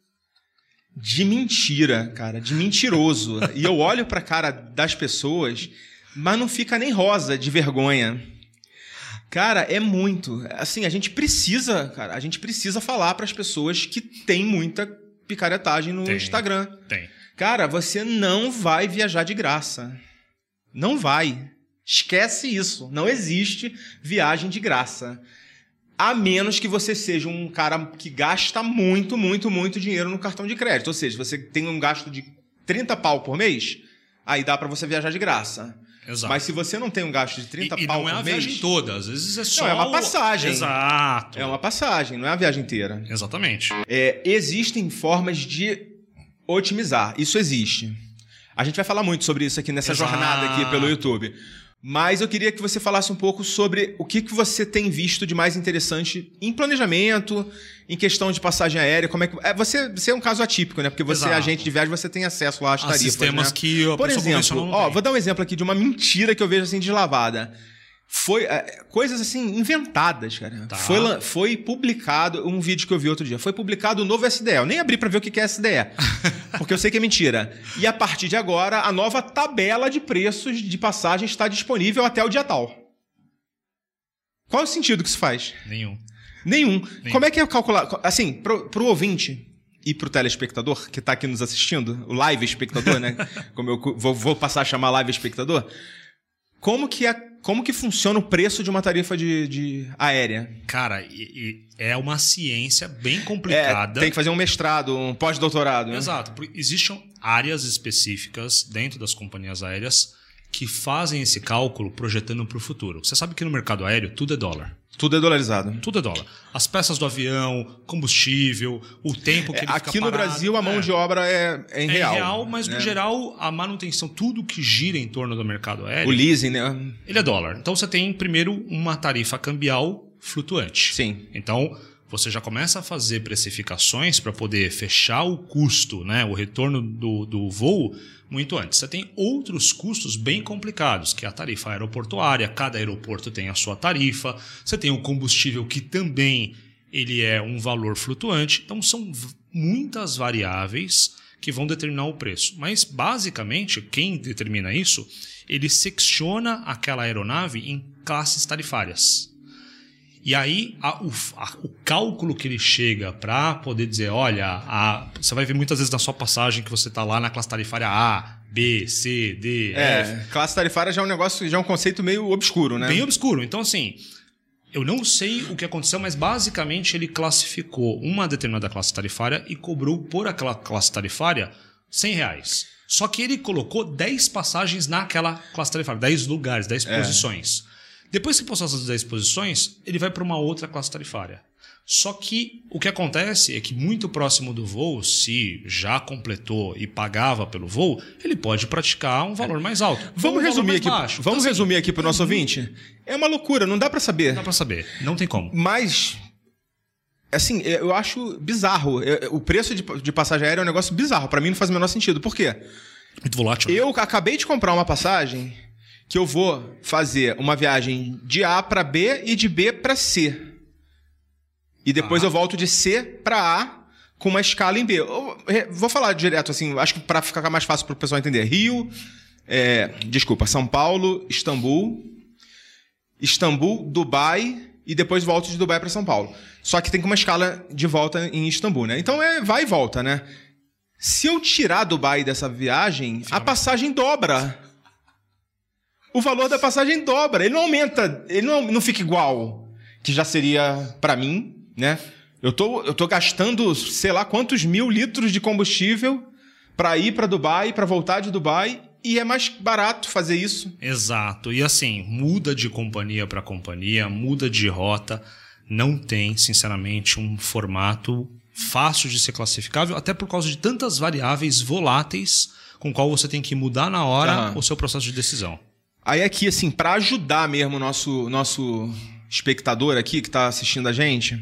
[SPEAKER 2] de mentira, cara, de mentiroso. E eu olho pra cara das pessoas, mas não fica nem rosa de vergonha. Cara, é muito. Assim, a gente precisa falar para as pessoas que tem muita picaretagem no Instagram.
[SPEAKER 3] Tem.
[SPEAKER 2] Cara, você não vai viajar de graça. Não vai. Esquece isso. Não existe viagem de graça. A menos que você seja um cara que gasta muito, muito, muito dinheiro no cartão de crédito. Ou seja, você tem um gasto de 30 pau por mês, aí dá para você viajar de graça.
[SPEAKER 3] Exato.
[SPEAKER 2] Mas se você não tem um gasto de 30 pau por mês...
[SPEAKER 3] E não é a viagem toda, às vezes é só...
[SPEAKER 2] Não, é uma passagem.
[SPEAKER 3] Exato.
[SPEAKER 2] É uma passagem, não é a viagem inteira.
[SPEAKER 3] Exatamente.
[SPEAKER 2] Existem formas de otimizar. Isso existe. A gente vai falar muito sobre isso aqui nessa jornada aqui pelo YouTube. Mas eu queria que você falasse um pouco sobre o que você tem visto de mais interessante em planejamento, em questão de passagem aérea. Como é que você é um caso atípico, né? Porque você é agente de viagem, você tem acesso lá às tarifas,
[SPEAKER 3] sistemas, né? Que a
[SPEAKER 2] por exemplo, vou dar um exemplo aqui de uma mentira que eu vejo assim deslavada. Foi coisas assim inventadas, cara.
[SPEAKER 3] Tá.
[SPEAKER 2] Foi publicado um vídeo que eu vi outro dia. Foi publicado o novo SDE. Eu nem abri pra ver o que é SDE, porque eu sei que é mentira. E a partir de agora, a nova tabela de preços de passagem está disponível até o dia tal. Qual é o sentido que isso faz? Nenhum. Como é que é calcular? Assim, pro ouvinte e pro telespectador que tá aqui nos assistindo, o live espectador, né? Como eu vou passar a chamar live espectador. Como que funciona o preço de uma tarifa de aérea?
[SPEAKER 3] Cara, é uma ciência bem complicada.
[SPEAKER 2] Tem que fazer um mestrado, um pós-doutorado. Né?
[SPEAKER 3] Exato. Existem áreas específicas dentro das companhias aéreas que fazem esse cálculo projetando para o futuro. Você sabe que no mercado aéreo tudo é dólar.
[SPEAKER 2] Tudo é dolarizado.
[SPEAKER 3] Tudo é dólar. As peças do avião, combustível, o tempo que ele fica
[SPEAKER 2] aqui no
[SPEAKER 3] parado,
[SPEAKER 2] Brasil a mão de obra é em real.
[SPEAKER 3] É real, mas no geral a manutenção, tudo que gira em torno do mercado aéreo...
[SPEAKER 2] O leasing, né?
[SPEAKER 3] Ele é dólar. Então você tem primeiro uma tarifa cambial flutuante.
[SPEAKER 2] Sim.
[SPEAKER 3] Então você já começa a fazer precificações para poder fechar o custo, né, o retorno do voo muito antes. Você tem outros custos bem complicados, que é a tarifa aeroportuária, cada aeroporto tem a sua tarifa, você tem o combustível que também ele é um valor flutuante, então são muitas variáveis que vão determinar o preço. Mas basicamente quem determina isso, ele secciona aquela aeronave em classes tarifárias. E aí, o cálculo que ele chega para poder dizer, olha, você vai ver muitas vezes na sua passagem que você está lá na classe tarifária A, B, C, D, F.
[SPEAKER 2] Classe tarifária já é um negócio, já é um conceito meio obscuro, né?
[SPEAKER 3] Bem obscuro. Então, assim, eu não sei o que aconteceu, mas basicamente ele classificou uma determinada classe tarifária e cobrou por aquela classe tarifária R$100. Só que ele colocou 10 passagens naquela classe tarifária, 10 lugares, 10 posições. Depois que passou essas 10 posições, ele vai para uma outra classe tarifária. Só que o que acontece é que muito próximo do voo, se já completou e pagava pelo voo, ele pode praticar um valor mais alto.
[SPEAKER 2] Vamos resumir aqui. Vamos resumir aqui para o nosso ouvinte. É uma loucura, não dá para saber.
[SPEAKER 3] Não dá para saber, não tem como.
[SPEAKER 2] Mas, assim, eu acho bizarro. O preço de passagem aérea é um negócio bizarro. Para mim não faz o menor sentido. Por quê?
[SPEAKER 3] Muito volátil.
[SPEAKER 2] Eu acabei de comprar uma passagem que eu vou fazer uma viagem de A para B e de B para C. E depois eu volto de C para A com uma escala em B. Eu vou falar direto assim, acho que para ficar mais fácil para o pessoal entender. São Paulo, Istambul, Dubai e depois volto de Dubai para São Paulo. Só que tem uma escala de volta em Istambul, né? Então vai e volta, né? Se eu tirar Dubai dessa viagem, a passagem dobra. O valor da passagem dobra. Ele não aumenta, ele não fica igual, que já seria para mim, né? Eu tô gastando, sei lá quantos 1000 litros de combustível para ir para Dubai, para voltar de Dubai, e é mais barato fazer isso.
[SPEAKER 3] Exato. E assim, muda de companhia para companhia, muda de rota. Não tem, sinceramente, um formato fácil de ser classificável, até por causa de tantas variáveis voláteis com qual você tem que mudar na hora o seu processo de decisão.
[SPEAKER 2] Aí aqui, assim, para ajudar mesmo o nosso espectador aqui que está assistindo a gente,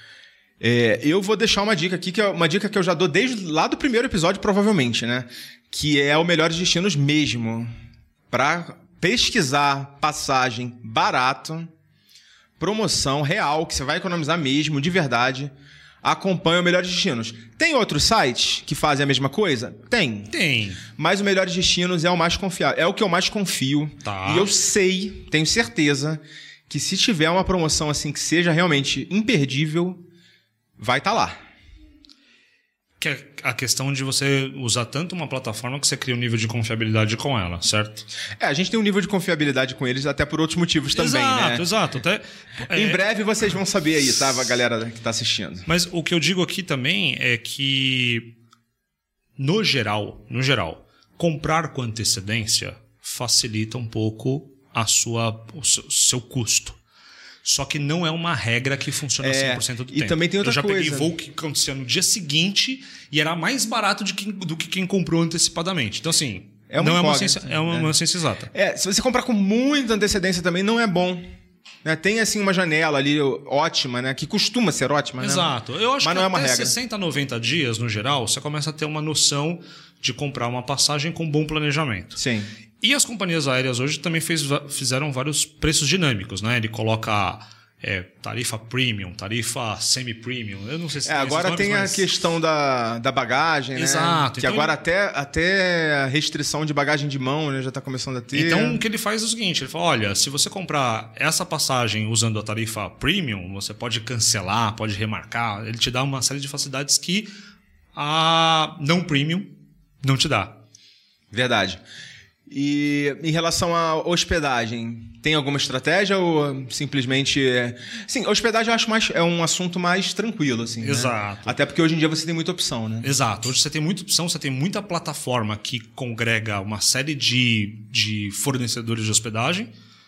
[SPEAKER 2] eu vou deixar uma dica aqui, que é uma dica que eu já dou desde lá do primeiro episódio, provavelmente, né? Que é o Melhores Destinos mesmo. Para pesquisar passagem barato, promoção real, que você vai economizar mesmo, de verdade, acompanha o Melhores Destinos. Tem outros sites que fazem a mesma coisa? Tem. Mas o Melhores Destinos é o mais confiável. É o que eu mais confio.
[SPEAKER 3] Tá.
[SPEAKER 2] E eu sei, tenho certeza, que se tiver uma promoção assim que seja realmente imperdível, vai estar lá.
[SPEAKER 3] Que é a questão de você usar tanto uma plataforma que você cria um nível de confiabilidade com ela, certo?
[SPEAKER 2] A gente tem um nível de confiabilidade com eles até por outros motivos também, né?
[SPEAKER 3] Exato.
[SPEAKER 2] Em breve vocês vão saber aí, tá? A galera que está assistindo.
[SPEAKER 3] Mas o que eu digo aqui também é que, no geral, comprar com antecedência facilita um pouco o seu custo. Só que não é uma regra que funciona 100% do tempo.
[SPEAKER 2] E também tem outra coisa.
[SPEAKER 3] Eu já peguei voo que acontecia no dia seguinte e era mais barato do que quem comprou antecipadamente. Então, assim, não é uma ciência exata.
[SPEAKER 2] Se você comprar com muita antecedência também, não é bom. Né? Tem, assim, uma janela ali ótima, né? Que costuma ser ótima,
[SPEAKER 3] Exato.
[SPEAKER 2] né?
[SPEAKER 3] Eu acho
[SPEAKER 2] Mas
[SPEAKER 3] que
[SPEAKER 2] não é uma
[SPEAKER 3] até
[SPEAKER 2] regra.
[SPEAKER 3] 60 a 90 dias, no geral, você começa a ter uma noção de comprar uma passagem com bom planejamento.
[SPEAKER 2] Sim.
[SPEAKER 3] E as companhias aéreas hoje também fizeram vários preços dinâmicos, né? Ele coloca tarifa premium, tarifa semi-premium. Eu não sei se
[SPEAKER 2] agora
[SPEAKER 3] esses nomes,
[SPEAKER 2] tem a questão da bagagem, né?
[SPEAKER 3] Exato.
[SPEAKER 2] Que então, agora até a restrição de bagagem de mão, né, já está começando a ter.
[SPEAKER 3] Então o que ele faz é o seguinte, ele fala, olha, se você comprar essa passagem usando a tarifa premium, você pode cancelar, pode remarcar, ele te dá uma série de facilidades que a não premium não te dá.
[SPEAKER 2] Verdade. E em relação à hospedagem, tem alguma estratégia ou simplesmente... Sim, hospedagem eu acho é um assunto mais tranquilo, assim,
[SPEAKER 3] Exato.
[SPEAKER 2] Né? Até porque hoje em dia você tem muita opção, né?
[SPEAKER 3] Exato. Hoje você tem muita opção, você tem muita plataforma que congrega uma série de fornecedores de hospedagem.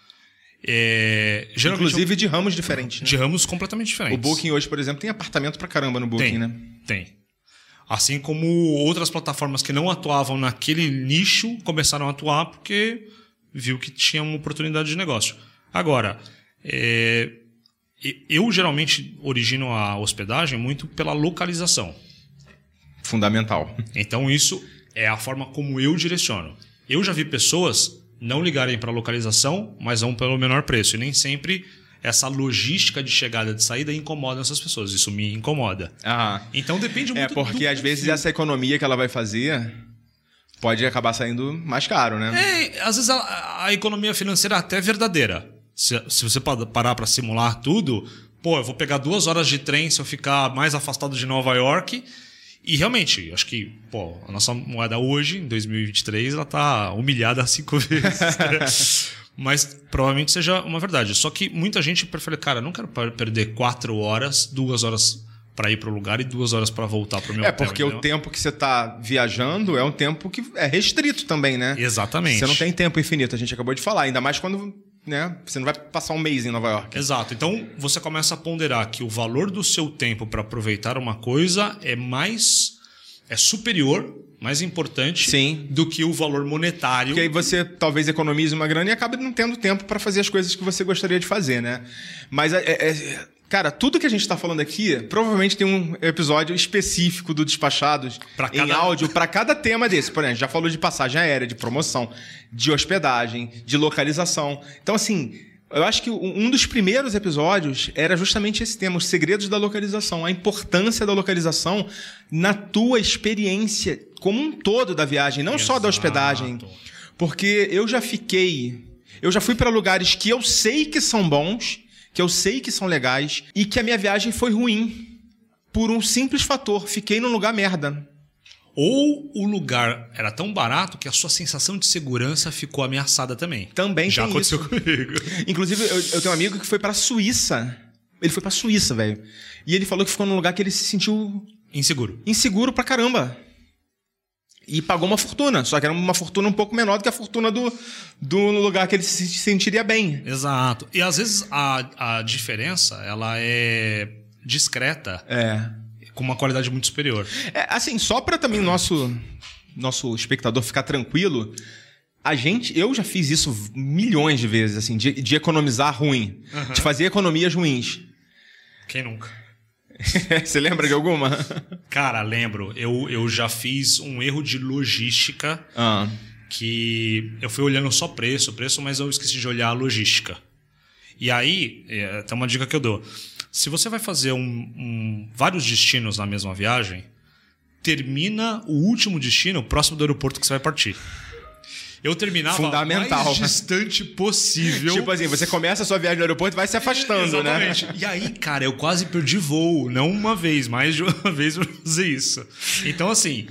[SPEAKER 2] Inclusive de ramos diferentes, né?
[SPEAKER 3] De ramos completamente diferentes.
[SPEAKER 2] O Booking hoje, por exemplo, tem apartamento pra caramba no Booking, né?
[SPEAKER 3] Tem. Assim como outras plataformas que não atuavam naquele nicho começaram a atuar porque viu que tinha uma oportunidade de negócio. Agora, eu geralmente origino a hospedagem muito pela localização.
[SPEAKER 2] Fundamental.
[SPEAKER 3] Então isso é a forma como eu direciono. Eu já vi pessoas não ligarem para a localização, mas vão pelo menor preço. E nem sempre essa logística de chegada e de saída incomoda essas pessoas. Isso me incomoda. Então depende muito do
[SPEAKER 2] porque às vezes essa economia que ela vai fazer pode acabar saindo mais caro, né?
[SPEAKER 3] Às vezes a economia financeira até é verdadeira. Se você parar para simular tudo, eu vou pegar 2 horas de trem se eu ficar mais afastado de Nova York. E realmente, acho que a nossa moeda hoje, em 2023, ela está humilhada 5 vezes. Mas provavelmente seja uma verdade. Só que muita gente prefere, cara, não quero perder 4 horas, 2 horas para ir para o lugar e 2 horas para voltar para o meu hotel.
[SPEAKER 2] Porque entendeu? O tempo que você está viajando é um tempo que é restrito também, né?
[SPEAKER 3] Exatamente.
[SPEAKER 2] Você não tem tempo infinito, a gente acabou de falar. Ainda mais quando, né, você não vai passar um mês em Nova York.
[SPEAKER 3] Exato. Então, você começa a ponderar que o valor do seu tempo para aproveitar uma coisa é superior, mais importante do que o valor monetário.
[SPEAKER 2] Porque aí você talvez economize uma grana e acabe não tendo tempo para fazer as coisas que você gostaria de fazer, né? Mas, cara, tudo que a gente está falando aqui, provavelmente tem um episódio específico do Despachados em áudio para cada tema desse. Por exemplo, a gente já falou de passagem aérea, de promoção, de hospedagem, de localização. Então, assim, eu acho que um dos primeiros episódios era justamente esse tema, os segredos da localização, a importância da localização na tua experiência como um todo da viagem, não só da hospedagem. Porque eu já fui para lugares que eu sei que são bons, que eu sei que são legais, e que a minha viagem foi ruim por um simples fator, fiquei num lugar merda.
[SPEAKER 3] Ou o lugar era tão barato que a sua sensação de segurança ficou ameaçada também.
[SPEAKER 2] Também
[SPEAKER 3] já aconteceu comigo.
[SPEAKER 2] Inclusive, eu tenho um amigo que foi pra Suíça. Ele foi pra Suíça, velho. E ele falou que ficou num lugar que ele se sentiu... Inseguro pra caramba. E pagou uma fortuna. Só que era uma fortuna um pouco menor do que a fortuna do lugar que ele se sentiria bem.
[SPEAKER 3] Exato. E às vezes a diferença, ela é discreta. Com uma qualidade muito superior.
[SPEAKER 2] Assim, só para também nosso espectador ficar tranquilo, eu já fiz isso milhões de vezes, assim, de economizar ruim, de fazer economias ruins.
[SPEAKER 3] Quem nunca?
[SPEAKER 2] Você lembra de alguma?
[SPEAKER 3] Cara, lembro. Eu já fiz um erro de logística que eu fui olhando só preço, mas eu esqueci de olhar a logística. E aí, tem uma dica que eu dou. Se você vai fazer vários destinos na mesma viagem, termina o último destino próximo do aeroporto que você vai partir. Eu terminava o mais distante possível.
[SPEAKER 2] Tipo assim, você começa a sua viagem no aeroporto e vai se afastando,
[SPEAKER 3] exatamente, né? E aí, cara, eu quase perdi voo. Não uma vez, mais de uma vez eu fazer isso. Então, assim,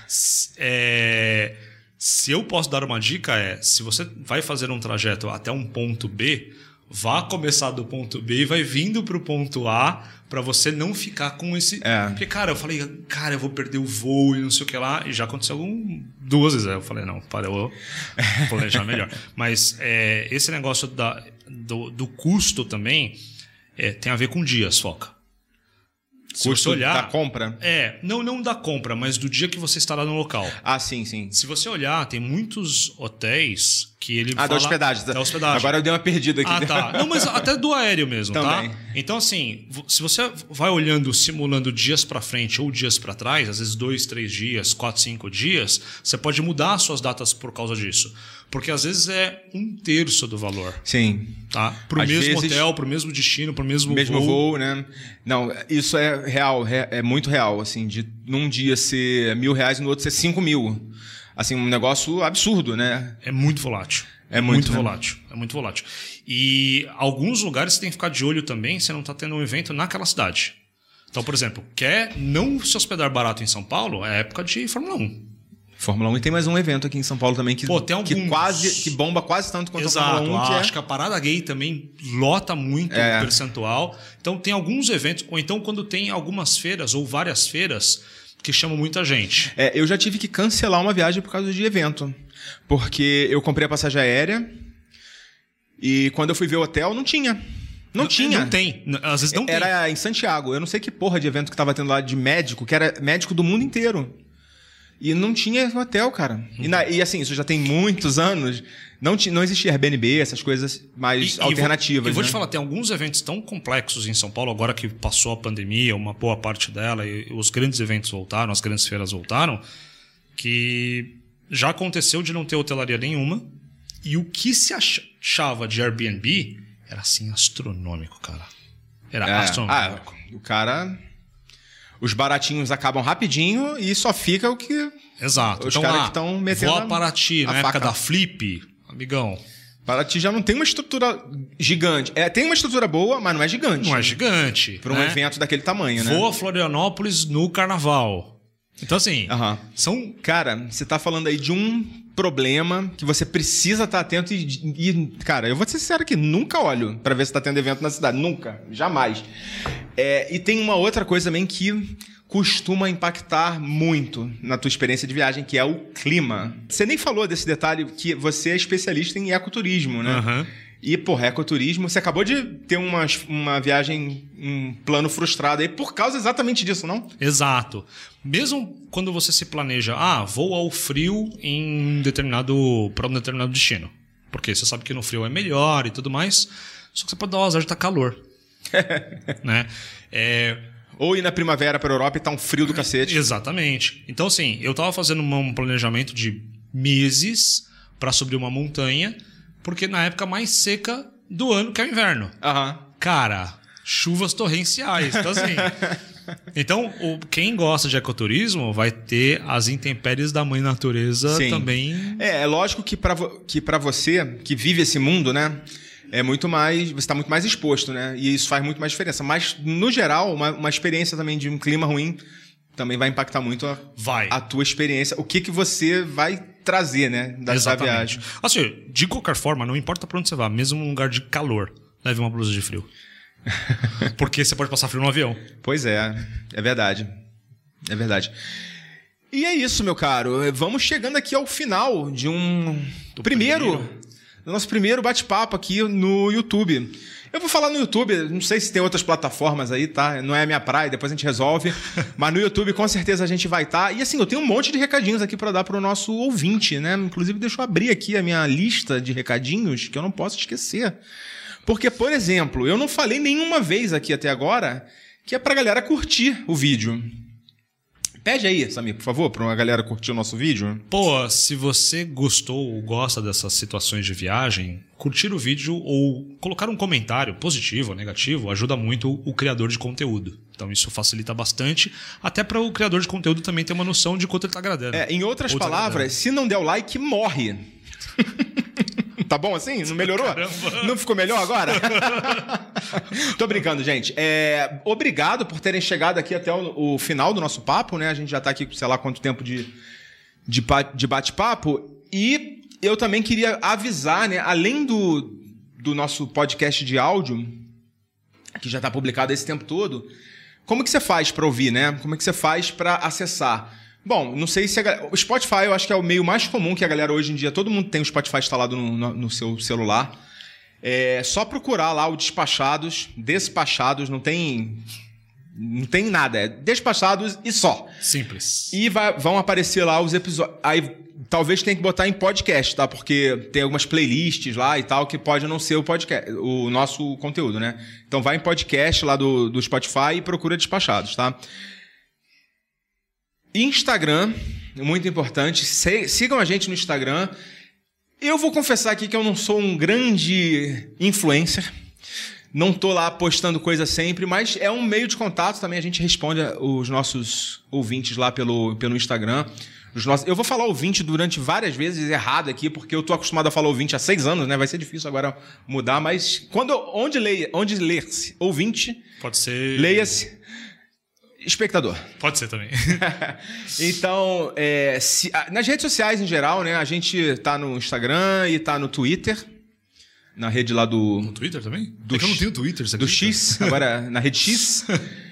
[SPEAKER 3] se eu posso dar uma dica se você vai fazer um trajeto até um ponto B, vá começar do ponto B e vai vindo pro ponto A pra você não ficar com esse... Porque, cara, eu falei, eu vou perder o voo e não sei o que lá. E já aconteceu 2 vezes. Aí eu falei, não, eu vou planejar melhor. Mas esse negócio do custo também tem a ver com dias, Foca. Se
[SPEAKER 2] custo
[SPEAKER 3] você olhar,
[SPEAKER 2] da compra?
[SPEAKER 3] Não da compra, mas do dia que você estará no local.
[SPEAKER 2] Sim.
[SPEAKER 3] Se você olhar, tem muitos hotéis que ele fala...
[SPEAKER 2] Da hospedagem. Agora eu dei uma perdida aqui.
[SPEAKER 3] Tá. Não, mas até do aéreo mesmo,
[SPEAKER 2] também.
[SPEAKER 3] Tá? Então, assim, se você vai olhando, simulando dias pra frente ou dias pra trás, às vezes 2, 3 dias, 4, 5 dias, você pode mudar as suas datas por causa disso. Porque às vezes é 1/3 do valor.
[SPEAKER 2] Sim.
[SPEAKER 3] Tá? Pro mesmo hotel, pro mesmo destino, pro mesmo
[SPEAKER 2] voo, né? Não, isso é real, é muito real, assim, de num dia ser R$1.000 e no outro ser 5.000. Assim, um negócio absurdo, né?
[SPEAKER 3] É muito volátil. É muito volátil. E alguns lugares você tem que ficar de olho também se não tá tendo um evento naquela cidade. Então, por exemplo, quer não se hospedar barato em São Paulo, é época de Fórmula 1.
[SPEAKER 2] Fórmula 1 e tem mais um evento aqui em São Paulo também que que bomba quase tanto quanto
[SPEAKER 3] Exato.
[SPEAKER 2] a Fórmula 1.
[SPEAKER 3] Acho que a Parada Gay também lota muito o percentual. Então tem alguns eventos, ou então quando tem algumas feiras ou várias feiras que chamam muita gente.
[SPEAKER 2] Eu já tive que cancelar uma viagem por causa de evento. Porque eu comprei a passagem aérea e quando eu fui ver o hotel, não tinha. Não tinha.
[SPEAKER 3] Não tem. Às vezes não tem.
[SPEAKER 2] Era em Santiago. Eu não sei que porra de evento que tava tendo lá de médico, que era médico do mundo inteiro. E não tinha hotel, cara. E assim, isso já tem muitos anos. Não existia Airbnb, essas coisas mais alternativas.
[SPEAKER 3] E vou te falar, tem alguns eventos tão complexos em São Paulo, agora que passou a pandemia, uma boa parte dela, e os grandes eventos voltaram, as grandes feiras voltaram, que já aconteceu de não ter hotelaria nenhuma. E o que se achava de Airbnb era assim astronômico, cara. Era astronômico.
[SPEAKER 2] O cara... Os baratinhos acabam rapidinho e só fica o que...
[SPEAKER 3] Exato.
[SPEAKER 2] Os caras que estão metendo
[SPEAKER 3] a Paraty, na época da Flip, amigão.
[SPEAKER 2] Paraty já não tem uma estrutura gigante. Tem uma estrutura boa, mas não é gigante.
[SPEAKER 3] Não é gigante.
[SPEAKER 2] Para um evento daquele tamanho, né?
[SPEAKER 3] Vou a Florianópolis no Carnaval. Então, assim, são...
[SPEAKER 2] Cara, você tá falando aí de um problema que você precisa estar atento e cara, eu vou ser sincero aqui, nunca olho para ver se tá tendo evento na cidade. Nunca. Jamais. E tem uma outra coisa também que costuma impactar muito na tua experiência de viagem, que é o clima. Você nem falou desse detalhe que você é especialista em ecoturismo, né?
[SPEAKER 3] Uhum.
[SPEAKER 2] E, ecoturismo, você acabou de ter uma viagem, um plano frustrado aí por causa exatamente disso, não?
[SPEAKER 3] Exato. Mesmo quando você se planeja, vou ao frio para um determinado destino. Porque você sabe que no frio é melhor e tudo mais, só que você pode dar o azar de estar calor. Né?
[SPEAKER 2] Ou ir na primavera para a Europa e tá um frio do cacete.
[SPEAKER 3] Exatamente. Então, assim, eu tava fazendo um planejamento de meses para subir uma montanha, porque na época mais seca do ano, que é o inverno. Cara, chuvas torrenciais. Então, assim... Então, quem gosta de ecoturismo vai ter as intempéries da mãe natureza. Sim. Também.
[SPEAKER 2] É lógico que para você, que vive esse mundo, né? Você está muito mais exposto, né? E isso faz muito mais diferença. Mas, no geral, uma experiência também de um clima ruim também vai impactar muito a tua experiência. O que você vai trazer, né? Da viagem.
[SPEAKER 3] Assim, de qualquer forma, não importa para onde você vá, mesmo num lugar de calor, leve uma blusa de frio. Porque você pode passar frio no avião.
[SPEAKER 2] Pois é verdade. É verdade. E é isso, meu caro. Vamos chegando aqui ao final de do nosso primeiro bate-papo aqui no YouTube. Eu vou falar no YouTube, não sei se tem outras plataformas aí, tá? Não é a minha praia, depois a gente resolve. Mas no YouTube, com certeza, a gente vai estar. E assim, eu tenho um monte de recadinhos aqui para dar para o nosso ouvinte, né? Inclusive, deixa eu abrir aqui a minha lista de recadinhos, que eu não posso esquecer. Porque, por exemplo, eu não falei nenhuma vez aqui até agora que é pra galera curtir o vídeo. Pede aí, Samir, por favor, pra uma galera curtir o nosso vídeo.
[SPEAKER 3] Se você gostou ou gosta dessas situações de viagem, curtir o vídeo ou colocar um comentário positivo ou negativo ajuda muito o criador de conteúdo. Então isso facilita bastante, até para o criador de conteúdo também ter uma noção de quanto ele tá agradando.
[SPEAKER 2] Em outras palavras, se não der o like, morre. Tá bom assim? Não melhorou? Caramba. Não ficou melhor agora? Tô brincando, gente. Obrigado por terem chegado aqui até o final do nosso papo, né? A gente já tá aqui com sei lá quanto tempo de bate-papo. E eu também queria avisar, né? Além do nosso podcast de áudio, que já tá publicado esse tempo todo, como que você faz para ouvir, né? Como é que você faz para acessar? Bom, não sei se o Spotify eu acho que é o meio mais comum que a galera hoje em dia, todo mundo tem o Spotify instalado no seu celular. É só procurar lá o Despachados, não tem nada, é Despachados e só.
[SPEAKER 3] Simples.
[SPEAKER 2] E vão aparecer lá os episódios. Aí talvez tenha que botar em podcast, tá? Porque tem algumas playlists lá e tal que pode não ser o podcast, o nosso conteúdo, né? Então vai em podcast lá do Spotify e procura Despachados, tá? Instagram, muito importante. Sigam a gente no Instagram. Eu vou confessar aqui que eu não sou um grande influencer. Não tô lá postando coisa sempre, mas é um meio de contato também. A gente responde os nossos ouvintes lá pelo Instagram. Eu vou falar ouvinte durante várias vezes errado aqui, porque eu tô acostumado a falar ouvinte há 6 anos, né? Vai ser difícil agora mudar, mas onde ler-se ouvinte,
[SPEAKER 3] pode ser.
[SPEAKER 2] Leia-se. Espectador.
[SPEAKER 3] Pode ser também.
[SPEAKER 2] Então, nas redes sociais em geral, né? A gente tá no Instagram e tá no Twitter. Na rede lá do...
[SPEAKER 3] No Twitter também? É que eu não tenho Twitter, você
[SPEAKER 2] do
[SPEAKER 3] acredita?
[SPEAKER 2] X, agora na rede X.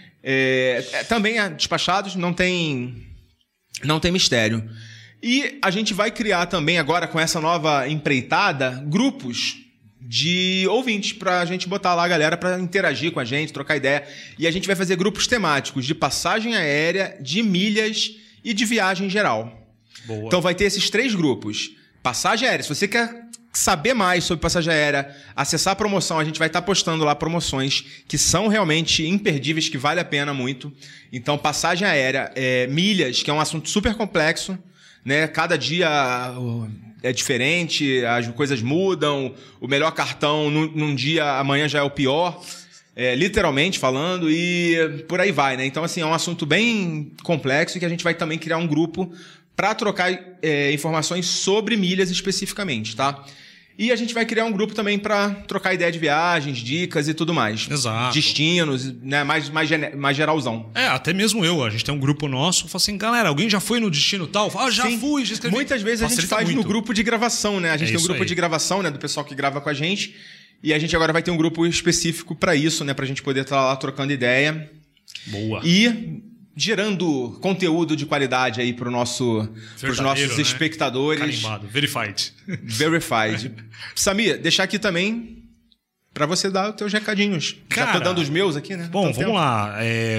[SPEAKER 2] Também Despachados, não tem mistério. E a gente vai criar também agora, com essa nova empreitada, grupos de ouvintes pra gente botar lá a galera pra interagir com a gente, trocar ideia. E a gente vai fazer grupos temáticos de passagem aérea, de milhas e de viagem em geral.
[SPEAKER 3] Boa.
[SPEAKER 2] Então vai ter esses 3 grupos. Passagem aérea, se você quer saber mais sobre passagem aérea, acessar a promoção, a gente vai estar postando lá promoções que são realmente imperdíveis, que vale a pena muito. Então, passagem aérea, milhas, que é um assunto super complexo, né? Cada dia é diferente, as coisas mudam, o melhor cartão num dia, amanhã já é o pior, literalmente falando, e por aí vai, né? Então, assim, é um assunto bem complexo e que a gente vai também criar um grupo para trocar informações sobre milhas especificamente, tá? E a gente vai criar um grupo também para trocar ideia de viagens, dicas e tudo mais.
[SPEAKER 3] Exato.
[SPEAKER 2] Destinos, né? Mais geralzão.
[SPEAKER 3] Até mesmo a gente tem um grupo nosso, fala assim, galera, alguém já foi no destino tal? Já
[SPEAKER 2] Sim.
[SPEAKER 3] fui, já escrevi.
[SPEAKER 2] Muitas vezes a gente faz no grupo de gravação, né? A gente tem um grupo de gravação, né? Do pessoal que grava com a gente. E a gente agora vai ter um grupo específico para isso, né? Pra gente poder estar lá trocando ideia.
[SPEAKER 3] Boa.
[SPEAKER 2] E gerando conteúdo de qualidade aí pros nossos espectadores.
[SPEAKER 3] Carimbado,
[SPEAKER 2] Verified. Samir, deixar aqui também pra você dar os teus recadinhos.
[SPEAKER 3] Cara,
[SPEAKER 2] já tô dando os meus aqui, né?
[SPEAKER 3] Bom, vamos lá.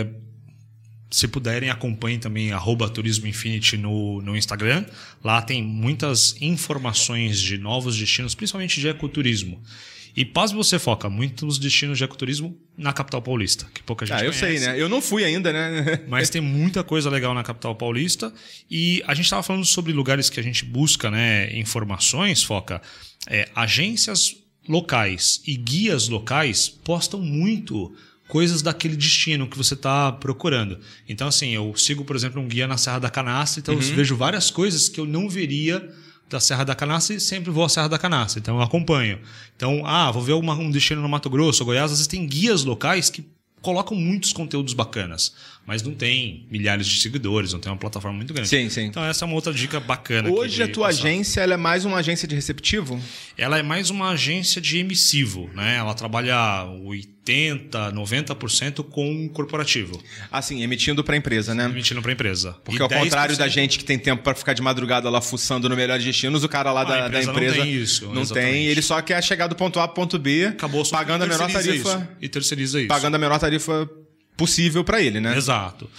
[SPEAKER 3] Se puderem, acompanhem também @turismoinfinity no Instagram. Lá tem muitas informações de novos destinos, principalmente de ecoturismo. E pasme você, Foca, muitos destinos de ecoturismo na capital paulista, que pouca gente conhece.
[SPEAKER 2] Eu sei, né? Eu não fui ainda, né?
[SPEAKER 3] Mas tem muita coisa legal na capital paulista. E a gente estava falando sobre lugares que a gente busca, né, informações, Foca. Agências locais e guias locais postam muito coisas daquele destino que você está procurando. Então, assim, eu sigo, por exemplo, um guia na Serra da Canastra, então eu vejo várias coisas que eu não veria da Serra da Canastra e sempre vou à Serra da Canastra, então eu acompanho. Então, vou ver um destino no Mato Grosso, Goiás, às vezes tem guias locais que colocam muitos conteúdos bacanas, mas não tem milhares de seguidores, não tem uma plataforma muito grande.
[SPEAKER 2] Sim, sim.
[SPEAKER 3] Então essa é uma outra dica bacana.
[SPEAKER 2] Hoje a tua agência ela é mais uma agência de receptivo?
[SPEAKER 3] Ela é mais uma agência de emissivo, né? Ela trabalha 80%, 90% com corporativo.
[SPEAKER 2] Assim, emitindo para a empresa, né?
[SPEAKER 3] Emitindo para a empresa.
[SPEAKER 2] Porque ao contrário da gente que tem tempo para ficar de madrugada lá fuçando no Melhores Destinos, o cara lá da empresa
[SPEAKER 3] não tem isso.
[SPEAKER 2] Não tem, ele só quer chegar do ponto A para o ponto B,
[SPEAKER 3] acabou,
[SPEAKER 2] pagando a menor tarifa.
[SPEAKER 3] E terceiriza isso.
[SPEAKER 2] Pagando a menor tarifa possível para ele, né?
[SPEAKER 3] Exato.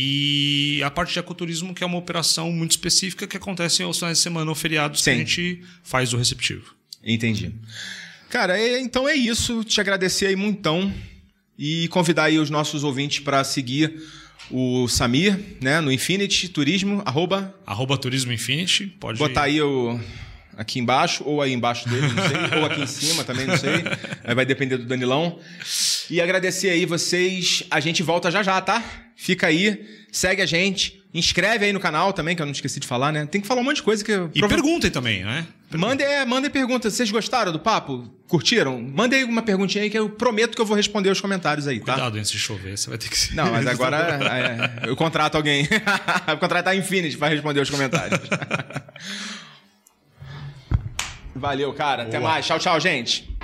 [SPEAKER 3] E a parte de ecoturismo, que é uma operação muito específica que acontece aos finais de semana ou feriados, que a gente faz o receptivo.
[SPEAKER 2] Entendi. Cara, então é isso. Te agradecer aí muitão e convidar aí os nossos ouvintes para seguir o Samir, né, no Infinity Turismo,
[SPEAKER 3] @Turismo Infinity. Pode
[SPEAKER 2] botar aí aqui embaixo, ou aí embaixo dele, não sei, ou aqui em cima também, não sei. Vai depender do Danilão. E agradecer aí vocês. A gente volta já, tá? Fica aí, segue a gente, inscreve aí no canal também, que eu não esqueci de falar, né? Tem que falar um monte de coisa que...
[SPEAKER 3] E perguntem também, né?
[SPEAKER 2] Mandem perguntas. Vocês gostaram do papo? Curtiram? Mandem uma perguntinha aí que eu prometo que eu vou responder os comentários aí, tá?
[SPEAKER 3] Cuidado antes de chover, você vai ter que...
[SPEAKER 2] Não, mas agora eu contrato alguém. Eu vou contratar a Infinity para responder os comentários. Valeu, cara. Boa. Até mais. Tchau, gente.